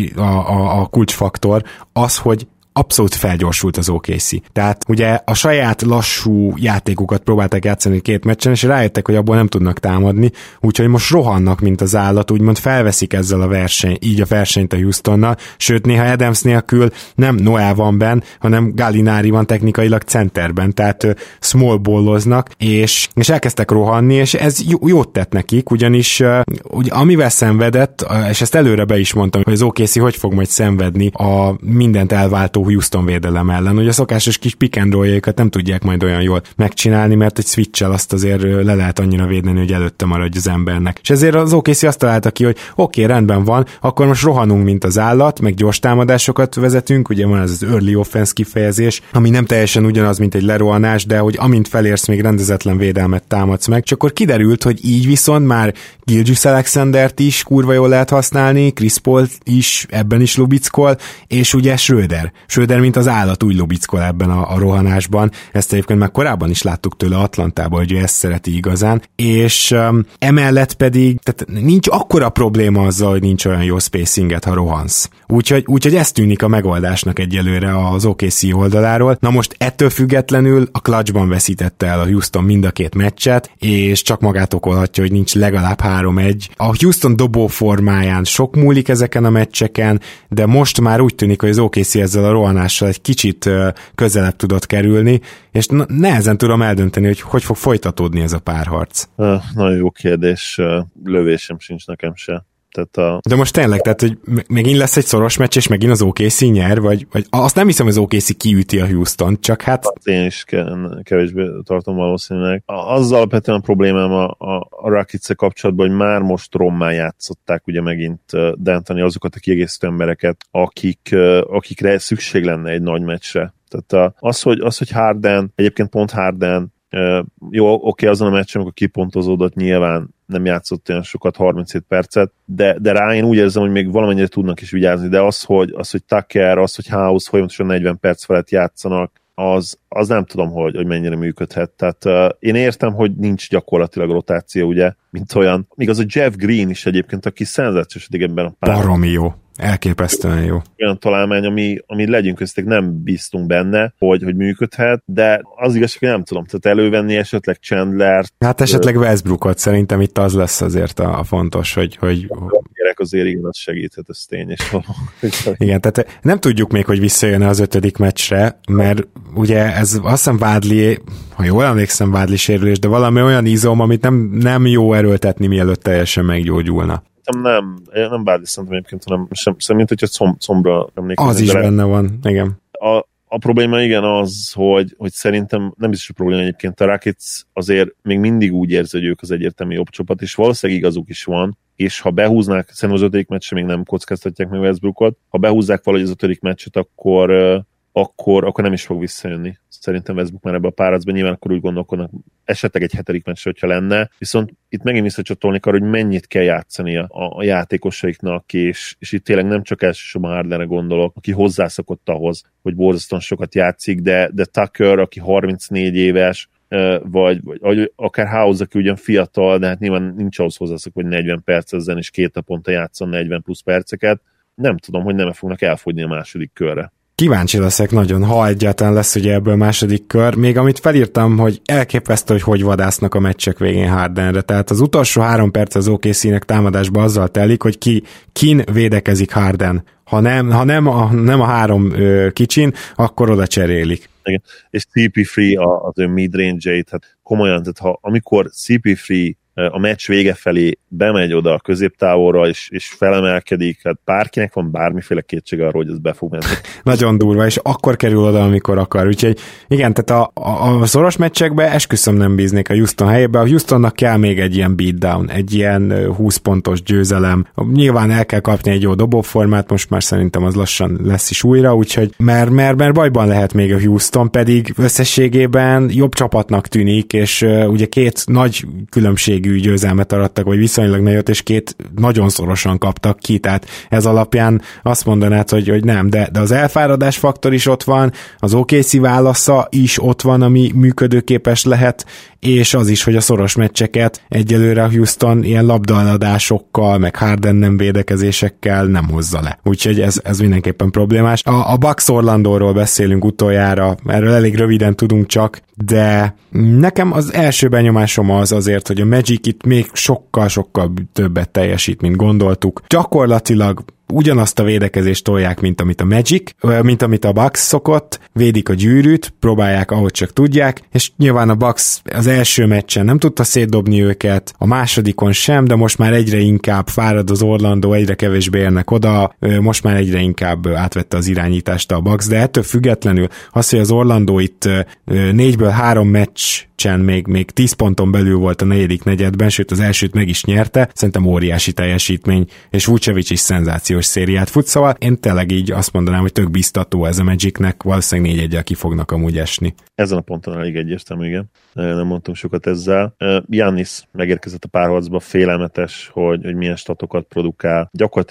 a kulcsfaktor, az, hogy abszolút felgyorsult az OKC. Tehát ugye a saját lassú játékukat próbálták játszani 2 meccsen, és rájöttek, hogy abból nem tudnak támadni, úgyhogy most rohannak, mint az állat, úgymond felveszik ezzel a versenyt a Houstonnal, sőt néha Adams nélkül nem Noel van benn, hanem Gallinari van technikailag centerben, tehát small balloznak, és elkezdtek rohanni, és ez jót tett nekik, ugyanis ugye, amivel szenvedett, és ezt előre be is mondtam, hogy az OKC hogy fog majd szenvedni a mindent elváltó Houston védelem ellen, hogy a szokásos kis pick and roll-jaikat nem tudják majd olyan jól megcsinálni, mert egy switch-el azt azért le lehet annyira védeni, hogy előtte maradj az embernek. És ezért az OKC azt találta ki, hogy oké, rendben van, akkor most rohanunk, mint az állat, meg gyors támadásokat vezetünk, ugye van ez az early offense kifejezés, ami nem teljesen ugyanaz, mint egy lerohanás, de hogy amint felérsz, még rendezetlen védelmet támadsz meg, csak akkor kiderült, hogy így viszont már Gilgeous-Alexandert is kurva jól lehet használni, Chris Paul is ebben is lubickol, és ugye Schröder Schröder, mint az állat úgy lobickol ebben a rohanásban. Ezt egyébként már korábban is láttuk tőle Atlantában, hogy ő ezt szereti igazán, és emellett pedig tehát nincs akkora probléma azzal, hogy nincs olyan jó spacinget, ha rohansz. Úgyhogy ez tűnik a megoldásnak egyelőre az OKC oldaláról. Na most ettől függetlenül a clutchban veszítette el a Houston mind a két meccset, és csak magát okolhatja, hogy nincs legalább 3-1. A Houston dobó formáján sok múlik ezeken a meccseken, de most már úgy tűnik, hogy az OKC ezzel a rohanással egy kicsit közelebb tudott kerülni, és nehezen tudom eldönteni, hogy fog folytatódni ez a párharc. Nagyon jó kérdés, lövésem sincs nekem se. De most tényleg, tehát, hogy megint lesz egy szoros meccs, és megint az OKC nyer, vagy azt nem hiszem, hogy az OKC kiüti a Houston, csak hát... Én is kevésbé tartom valószínűleg. Az alapvetően a problémám a Rockets-e kapcsolatban, hogy már most rommá játszották ugye megint D'Antoni azokat a kiegészítő embereket, akikre szükség lenne egy nagy meccsre. Tehát az, hogy Harden, egyébként pont Harden, jó, oké, azon a meccsen, amikor kipontozódott, nyilván nem játszott olyan sokat, 37 percet, de rá én úgy érzem, hogy még valamennyire tudnak is vigyázni, de az, hogy Tucker, az, hogy House folyamatosan 40 perc felett játszanak, az nem tudom, hogy mennyire működhet. Tehát én értem, hogy nincs gyakorlatilag rotáció, ugye, mint olyan. Még az a Jeff Green is egyébként, aki szenzációsodik ebben a párban. Baromi jó. Elképesztően jó. Olyan találmány, ami legyünk köztek, nem bíztunk benne, hogy működhet, de az igazság, hogy nem tudom, tehát elővenni esetleg Chandlert. Hát esetleg Westbrookot, szerintem itt az lesz azért a fontos, hogy azért igen, az segíthet, ez tény. Igen, tehát nem tudjuk még, hogy visszajön az 5. meccsre, mert ugye ez azt hiszem Vádli, ha jól emlékszem, Vádli sérülés, de valami olyan izom, amit nem jó erőltetni, mielőtt teljesen meggyógyulna. Nem Vádli szerintem egyébként, hanem mint hogyha combra emlékszem. Az is benne van, igen. A probléma igen az, hogy szerintem nem biztos a probléma egyébként, a Rockets azért még mindig úgy érzi, hogy ők az egyértelmű jobb csapat, és valószínűleg igazuk is van, és ha behúznák, szerintem az 5. meccsen még nem kockáztatják meg Westbrookot, ha behúzzák valahogy az 5. meccset, akkor nem is fog visszajönni. Szerintem Westbrook már ebbe a párharcban, nyilván akkor úgy gondolkodnak, esetleg egy 7. meccsre, hogyha lenne, viszont itt megint visszacsatolni arra, hogy mennyit kell játszani a játékosaiknak, és itt tényleg nem csak elsősorban Hardenre gondolok, aki hozzászokott ahhoz, hogy borzasztóan sokat játszik, de Tucker, aki 34 éves, vagy akár House, aki ugyan fiatal, de hát nyilván nincs ahhoz hozzászokva, hogy 40 percezzen és 2 naponta játszon 40 plusz perceket. Nem tudom, hogy nem fognak elfogyni a második körre. Kíváncsi leszek nagyon, ha egyáltalán lesz ugye ebből második kör. Még amit felírtam, hogy elképesztő, hogy vadásznak a meccsek végén Hardenre. Tehát az utolsó 3 perc az OKC-nek támadásban azzal telik, hogy kin védekezik Harden. Ha nem a 3 kicsin, akkor oda cserélik. Igen. És CP3 az ő midrange-eit, hát komolyan, tehát amikor CP3 a meccs vége felé bemegy oda a középtávolra, és felemelkedik, hát bárkinek van bármiféle kétsége arról, hogy ez be fog menni. Nagyon durva, és akkor kerül oda, amikor akar. Úgyhogy igen, tehát a szoros meccsekbe esküszöm nem bíznék a Houston helyébe. A Houstonnak kell még egy ilyen beatdown, egy ilyen 20 pontos győzelem. Nyilván el kell kapni egy jó dobóformát, most már szerintem az lassan lesz is újra, úgyhogy mert bajban lehet még a Houston, pedig összességében jobb csapatnak tűnik, és ugye 2 nagy különbségű győzelmet arattak, vagy viszonylag nagyot, és 2 nagyon szorosan kaptak ki, tehát ez alapján azt mondanád, hogy nem, de az elfáradás faktor is ott van, az OKC válasza is ott van, ami működőképes lehet, és az is, hogy a szoros meccseket egyelőre a Houston ilyen labdaadásokkal, meg Harden nem védekezésekkel nem hozza le. Úgyhogy ez mindenképpen problémás. A Bucks Orlandóról beszélünk utoljára, erről elég röviden tudunk csak, de nekem az első benyomásom azért, hogy a Magic itt még sokkal-sokkal többet teljesít, mint gondoltuk. Gyakorlatilag ugyanazt a védekezést tolják, mint amit a Magic, mint amit a Bucks szokott, védik a gyűrűt, próbálják ahogy csak tudják, és nyilván a Bucks az első meccsen nem tudta szétdobni őket, a másodikon sem, de most már egyre inkább fárad az Orlando, egyre kevésbé érnek oda, most már egyre inkább átvette az irányítást a Bucks, de ettől függetlenül az, hogy az Orlando itt 4-ből 3 meccsen még 10 ponton belül volt a 4. negyedben, sőt az elsőt meg is nyerte, szerintem óriási teljesítmény, és Vucevic is szenzációs szériát fut, szóval én tényleg így azt mondanám, hogy tök biztató ez a Magicnek, valószínűleg 4-1-el ki fognak amúgy esni. Ezen a ponton elég egyértelmű, igen. Nem mondtam sokat ezzel. Giannis megérkezett a párharcba, félelmetes, hogy milyen statokat produkál. Gyakorlatilag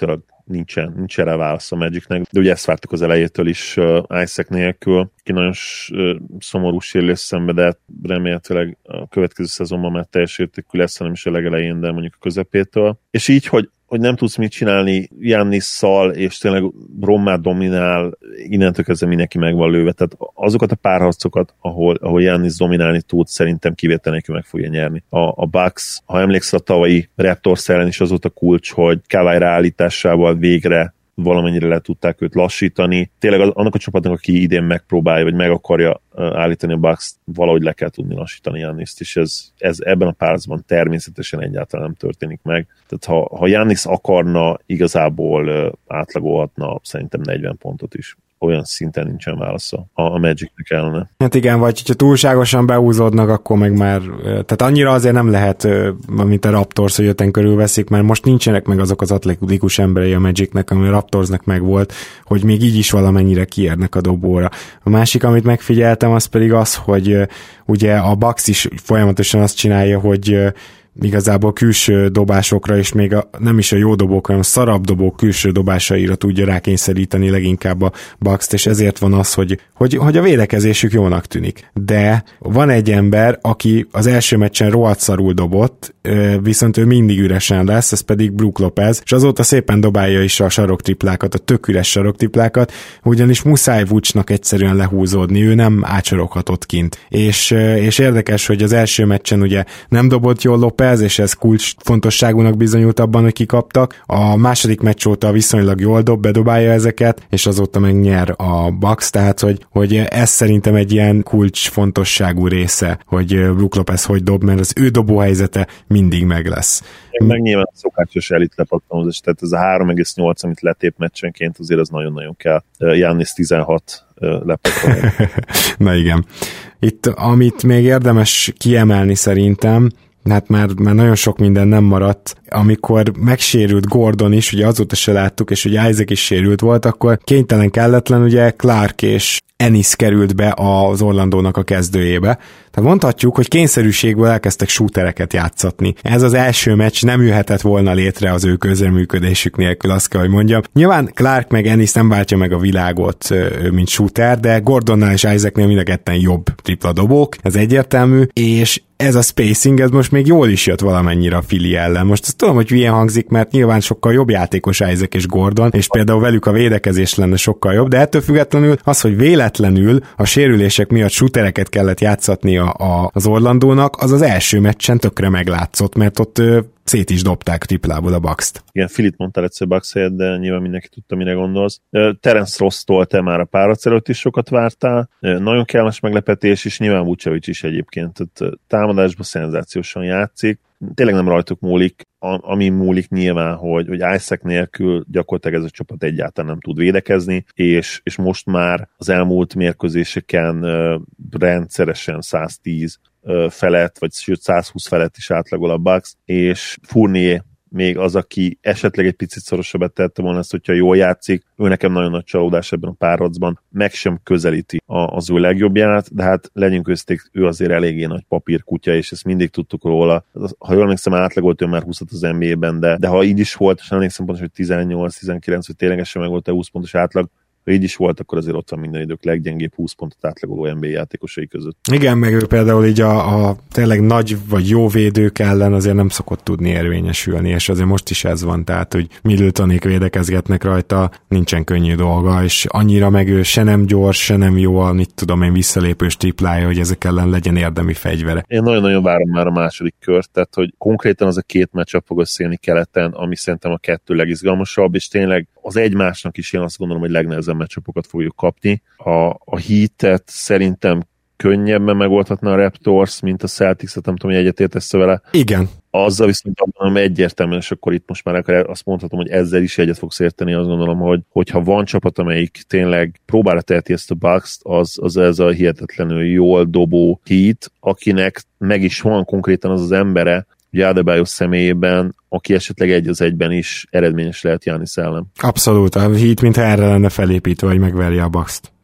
nincsen rá válasz a Magicnek, de ugye ezt vártuk az elejétől is Isaac nélkül, ki nagyon szomorú sérülés szenvedett, remélhetőleg a következő szezonban már teljes értékű lesz, nem is a legelején, de mondjuk a közepétől. És így, hogy nem tudsz mit csinálni Giannisszal, és tényleg rommá dominál, innentől kezdve mindenki meg van lőve. Tehát azokat a párharcokat, ahol Giannis dominálni tud, szerintem kivétel nélkül meg fogja nyerni. A Bucks, ha emlékszel, a tavalyi Raptors ellen is az volt a kulcs, hogy Kawhi ráállításával végre valamennyire le tudták őt lassítani. Tényleg annak a csapatnak, aki idén megpróbálja, vagy meg akarja állítani a Bucks, valahogy le kell tudni lassítani Giannist, és ez ebben a párharcban természetesen egyáltalán nem történik meg. Tehát ha Giannis akarna, igazából átlagolhatna szerintem 40 pontot is. Olyan szinten nincsen válasza a Magicnek ellene. Hát igen, vagy hogyha túlságosan behúzódnak, akkor meg már, tehát annyira azért nem lehet, mint a Raptors, hogy 5-en körül veszik, mert most nincsenek meg azok az atletikus emberei a Magicnek, ami a Raptorsnak meg volt, hogy még így is valamennyire kiérnek a dobóra. A másik, amit megfigyeltem, az pedig az, hogy ugye a Bucks is folyamatosan azt csinálja, hogy igazából külső dobásokra, és még nem is a jó dobókra, hanem a szarabb dobók külső dobásaira tudja rákényszeríteni leginkább a Bucks-t, és ezért van az, hogy a védekezésük jónak tűnik. De van egy ember, aki az első meccsen rohadt szarul dobott, viszont ő mindig üresen lesz, ez pedig Brook Lopez, és azóta szépen dobálja is a saroktriplákat, a tök üres saroktriplákat, ugyanis muszáj Vucsnak egyszerűen lehúzódni, ő nem ácsoroghatott kint. És érdekes, hogy az első meccsen ugye nem dobott jól Lopez, és ez kulcs fontosságúnak bizonyult abban, hogy kikaptak. A második meccs óta viszonylag jól bedobálja ezeket, és azóta meg nyer a Bucks, tehát hogy ez szerintem egy ilyen kulcs fontosságú része, hogy Brook Lopez hogy dob, mert az ő dobóhelyzete mindig meg lesz. Meg nyilván a szokásos elit lepattanózás, tehát ez a 3,8, amit letép meccsenként, azért az nagyon-nagyon kell. Giannis 16 lepattanó. Na igen. Itt, amit még érdemes kiemelni szerintem, hát már nagyon sok minden nem maradt. Amikor megsérült Gordon is, ugye azóta se láttuk, és ugye Isaac is sérült volt, akkor kénytelen kelletlen, ugye Clark és Ennis került be az Orlandónak a kezdőjébe. Tehát mondhatjuk, hogy kényszerűségből elkezdtek shootereket játszatni. Ez az első meccs nem jöhetett volna létre az ő közreműködésük nélkül, azt kell, hogy mondjam. Nyilván Clark meg Ennis nem váltja meg a világot, mint shooter, de Gordonnál és Isaacnél mind a ketten jobb tripla dobók, ez egyértelmű, és ez a spacing, ez most még jól is jött valamennyire a Philly ellen. Most azt tudom, hogy ilyen hangzik, mert nyilván sokkal jobb játékos Isaac és Gordon, és például velük a védekezés lenne sokkal jobb, de ettől függetlenül az, hogy véletlenül a sérülések miatt shootereket kellett játszatni az Orlandónak, az első meccsen tökre meglátszott, mert ott szét is dobták triplából a Bucks-t. Igen, Filit mondtál egyszer Bucks helyett, de nyilván mindenki tudta, mire gondolsz. Terence Ross-tól te már a párharc előtt is sokat vártál. Nagyon kellemes meglepetés, és nyilván Vucevic is egyébként. Tehát támadásban szenzációsan játszik. Tényleg nem rajtuk múlik, ami múlik nyilván, hogy Isaac nélkül gyakorlatilag ez a csapat egyáltalán nem tud védekezni, és most már az elmúlt mérkőzéseken rendszeresen 110 felett, vagy sőt 120 felett is átlagol a Bucks, és Fournier még az, aki esetleg egy picit szorosabbat tette volna ezt, hogyha jól játszik, ő nekem nagyon nagy csalódás ebben a párharcban, meg sem közelíti az ő legjobbját, de hát legyünk őszték, ő azért eléggé nagy papírkutya, és ezt mindig tudtuk róla. Ha jól emlékszem, átlagolt ő már 20-at az NBA-ben, de ha így is volt, és emlékszem pontosan, hogy 18-19, hogy ténylegesen meg volt a 20 pontos átlag, ha így is volt, akkor azért ott van minden idők leggyengébb 20 pontot átlagoló NBA játékosai között. Igen, meg ő például így a tényleg nagy vagy jó védők ellen azért nem szokott tudni érvényesülni, és azért most is ez van, tehát hogy Middletonék védekezgetnek rajta, nincsen könnyű dolga, és annyira meg ő se nem gyors, se nem jó a, mit tudom én, visszalépős triplája, hogy ezek ellen legyen érdemi fegyvere. Én nagyon-nagyon várom már a második kört, tehát hogy konkrétan az a két matchup fog összejönni keleten, ami szerintem a kettő legizgalmasabb, és tényleg az egymásnak is én azt gondolom, hogy legnehezebb meccsapokat fogjuk kapni. A Heat-et szerintem könnyebben megoldhatna a Raptors, mint a Celtics-et, nem tudom, hogy egyetértesz vele. Igen. Azzal viszont abban egyértelműen, és akkor itt most már azt mondhatom, hogy ezzel is egyet fogsz érteni, azt gondolom, hogy ha van csapat, amelyik tényleg próbára teheti ezt a Bucks-t, az ez a hihetetlenül jól dobó Heat, akinek meg is van konkrétan az embere, ugye Adebayo személyében, aki esetleg 1-1-ben is eredményes lehet Giannis ellen. Abszolút, a Heat mintha erre lenne felépítve, hogy megverje a Bucks-t.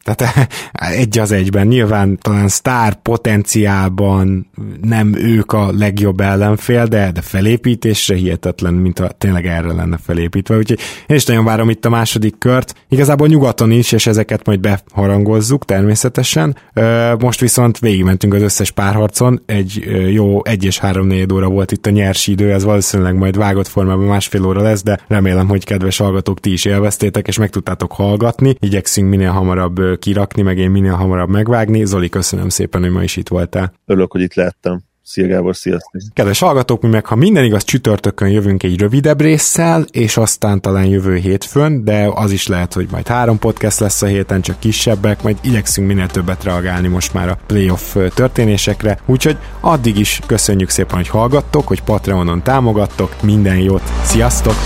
Tehát egy az egyben. Nyilván talán sztár potenciálban nem ők a legjobb ellenfél, de felépítésre hihetetlen, mint ha tényleg erre lenne felépítve. Úgyhogy én is nagyon várom itt a második kört. Igazából nyugaton is, és ezeket majd beharangozzuk természetesen. Most viszont végigmentünk az összes párharcon. Egy jó 1 és 3/4 óra volt itt a nyers idő, ez valószínűleg majd vágott formában 1,5 óra lesz, de remélem, hogy kedves hallgatók, ti is élveztétek, és meg tudtátok hallgatni. Igyekszünk minél hamarabb kirakni, meg én minél hamarabb megvágni. Zoli, köszönöm szépen, hogy ma is itt voltál. Örülök, hogy itt lehettem. Szia Gábor, sziasztok! Kedves hallgatók, mi meg, ha minden igaz, csütörtökön jövünk egy rövidebb résszel, és aztán talán jövő hétfőn, de az is lehet, hogy majd 3 podcast lesz a héten, csak kisebbek, majd igyekszünk minél többet reagálni most már a playoff történésekre, úgyhogy addig is köszönjük szépen, hogy hallgattok, hogy Patreonon támogattok, minden jót, sziasztok!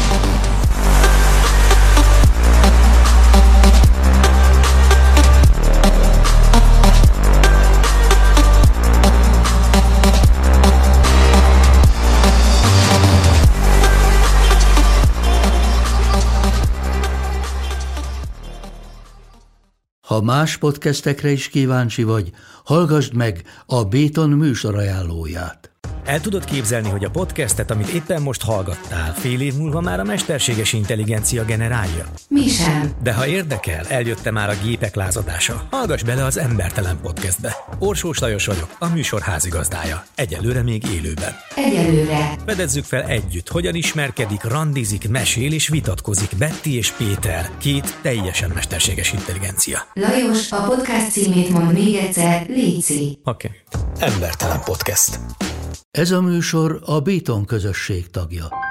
Ha más podcastekre is kíváncsi vagy, hallgassd meg a Béton műsor ajánlóját. El tudod képzelni, hogy a podcastet, amit éppen most hallgattál, fél év múlva már a mesterséges intelligencia generálja? Mi sem. De ha érdekel, eljött már a gépek lázadása. Hallgass bele az Embertelen Podcastbe. Orsós Lajos vagyok, a műsor házigazdája. Egyelőre még élőben. Egyelőre. Fedezzük fel együtt, hogyan ismerkedik, randizik, mesél és vitatkozik Betty és Péter, 2 teljesen mesterséges intelligencia. Lajos, a podcast címét mondd még egyszer, léci. Oké. Embertelen Podcast. Ez a műsor a Béton közösség tagja.